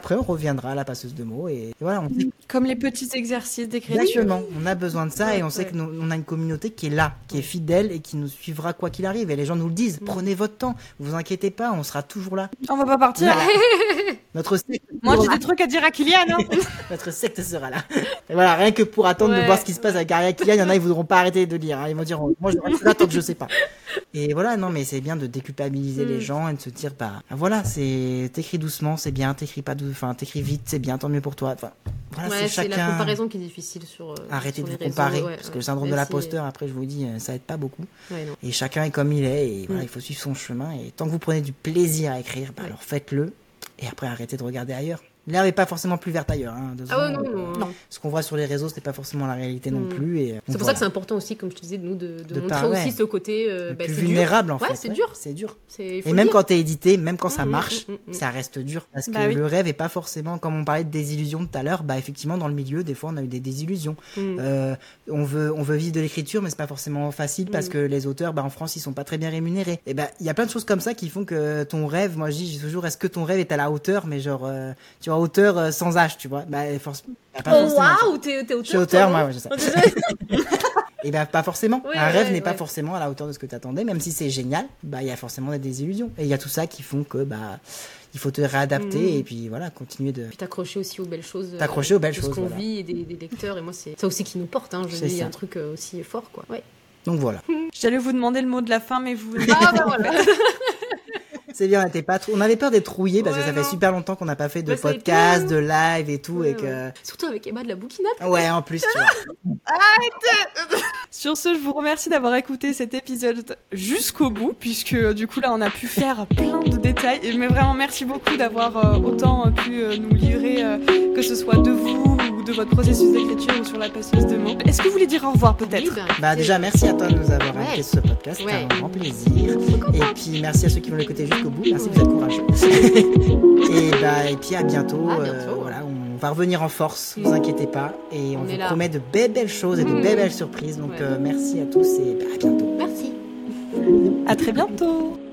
après, on reviendra à la passeuse de mots. Et, et voilà, on sait... Comme les petits exercices d'écriture. Exactement, on a besoin de ça ouais, et on sait ouais. que nous, on a une communauté qui est là, qui est fidèle et qui nous suivra quoi qu'il arrive. Et les gens nous le disent, Mm. prenez votre temps, vous inquiétez pas, on sera toujours là. On va pas partir. Voilà. Notre secte, Moi, j'ai des trucs à dire à Kylian. Hein. notre secte sera là. Et voilà, rien que pour attendre Ouais. de voir ce qui se passe avec Aria Kylian, il y en a, ils voudront pas arrêter de lire. Hein. Ils vont dire, moi, je reste là tant que je sais pas. Et voilà, non, mais c'est bien de déculpabiliser Mm. les gens et de se dire, bah, voilà, c'est, t'écris doucement, c'est bien, t'écris pas dou... enfin, t'écris vite, c'est bien, tant mieux pour toi. Enfin, voilà, Ouais, c'est c'est chacun. la comparaison qui est difficile sur. euh, Arrêtez sur de les vous réseaux, comparer, ouais, parce que ouais. le syndrome Même de si- l'imposteur, après, je vous dis, euh, ça aide pas beaucoup. Ouais, non. Et chacun est comme il est, et voilà, Mm. il faut suivre son chemin. Et tant que vous prenez du plaisir à écrire, bah, Ouais. alors faites-le. Et après, arrêtez de regarder ailleurs. L'herbe n'est pas forcément plus verte ailleurs. Hein, de toute Ah ouais, façon, non, euh, non, non. Ce qu'on voit sur les réseaux, c'est pas forcément la réalité non Mm. plus. Et, C'est pour ça que c'est important aussi, comme je te disais, de nous de, de De montrer par- aussi ouais. ce côté. euh, le bah, plus c'est dur. vulnérable, en Ouais, fait. c'est dur. C'est dur. C'est- il faut Et le même dire. quand t'es édité, même quand ça Mm, mm, marche, mm, mm. ça reste dur. Parce que Bah oui. le rêve est pas forcément, comme on parlait de désillusions tout à l'heure, bah effectivement, dans le milieu, des fois, on a eu des désillusions. Mm. Euh, on veut, on veut vivre de l'écriture, mais c'est pas forcément facile parce Mm. que les auteurs, bah, en France, ils sont pas très bien rémunérés. Et ben, il y a plein de choses comme ça qui font que ton rêve, moi, je dis toujours, est-ce que ton rêve est à la hauteur, mais genre, euh, tu vois, hauteur euh, sans H, tu vois. Bah, force, bah, pas Oh forcément. waouh, t'es t'es auteur. Je suis auteur, toi, moi, hein ouais, je sais. Oh, désolé. Et ben, pas forcément. Oui, Un ouais, rêve n'est pas ouais. forcément à la hauteur de ce que t'attendais, même si c'est génial. Bah, il y a forcément des désillusions. Et il y a tout ça qui font que, bah, il faut te réadapter Mhm. et puis voilà, continuer de. Puis t'accrocher aussi aux belles choses. euh, T'accrocher aux belles de choses, Ce qu'on voilà. vit et des, des lecteurs. Et moi, c'est ça aussi qui nous porte. Hein. Je C'est dis, il y a ça. un truc euh, aussi fort, quoi. Ouais. Donc voilà. J'allais vous demander le mot de la fin, mais vous. Ah bah voilà. C'est bien, on était pas trop. On avait peur d'être rouillés parce que Ouais, ça fait non. super longtemps qu'on n'a pas fait de Bah, ça a été podcast, long. de live et tout. Ouais, et que. ouais. Surtout avec Emma de la bouquinade. Ouais, en plus, tu vois. Sur ce, je vous remercie d'avoir écouté cet épisode jusqu'au bout, puisque euh, du coup là on a pu faire plein de détails. Et- Mais vraiment merci beaucoup d'avoir euh, autant euh, pu euh, nous livrer, euh, que ce soit de vous ou de votre processus d'écriture ou sur la passeuse de mots. Est-ce que vous voulez dire au revoir peut-être? Oui, bah, Bah écoutez, déjà merci à toi de nous avoir Ouais. invités sur ce podcast, c'était Ouais. un grand plaisir. Et puis merci à ceux qui vont l'écouter jusqu'au bout, merci vous êtes courageux. et bah et puis à bientôt. À euh, bientôt. voilà, on va revenir en force, vous inquiétez pas, et on, On vous est là. promet de belles belles choses et de Mm. belles belles surprises. Donc Ouais. euh, merci à tous et bah, à bientôt. Merci. À très bientôt.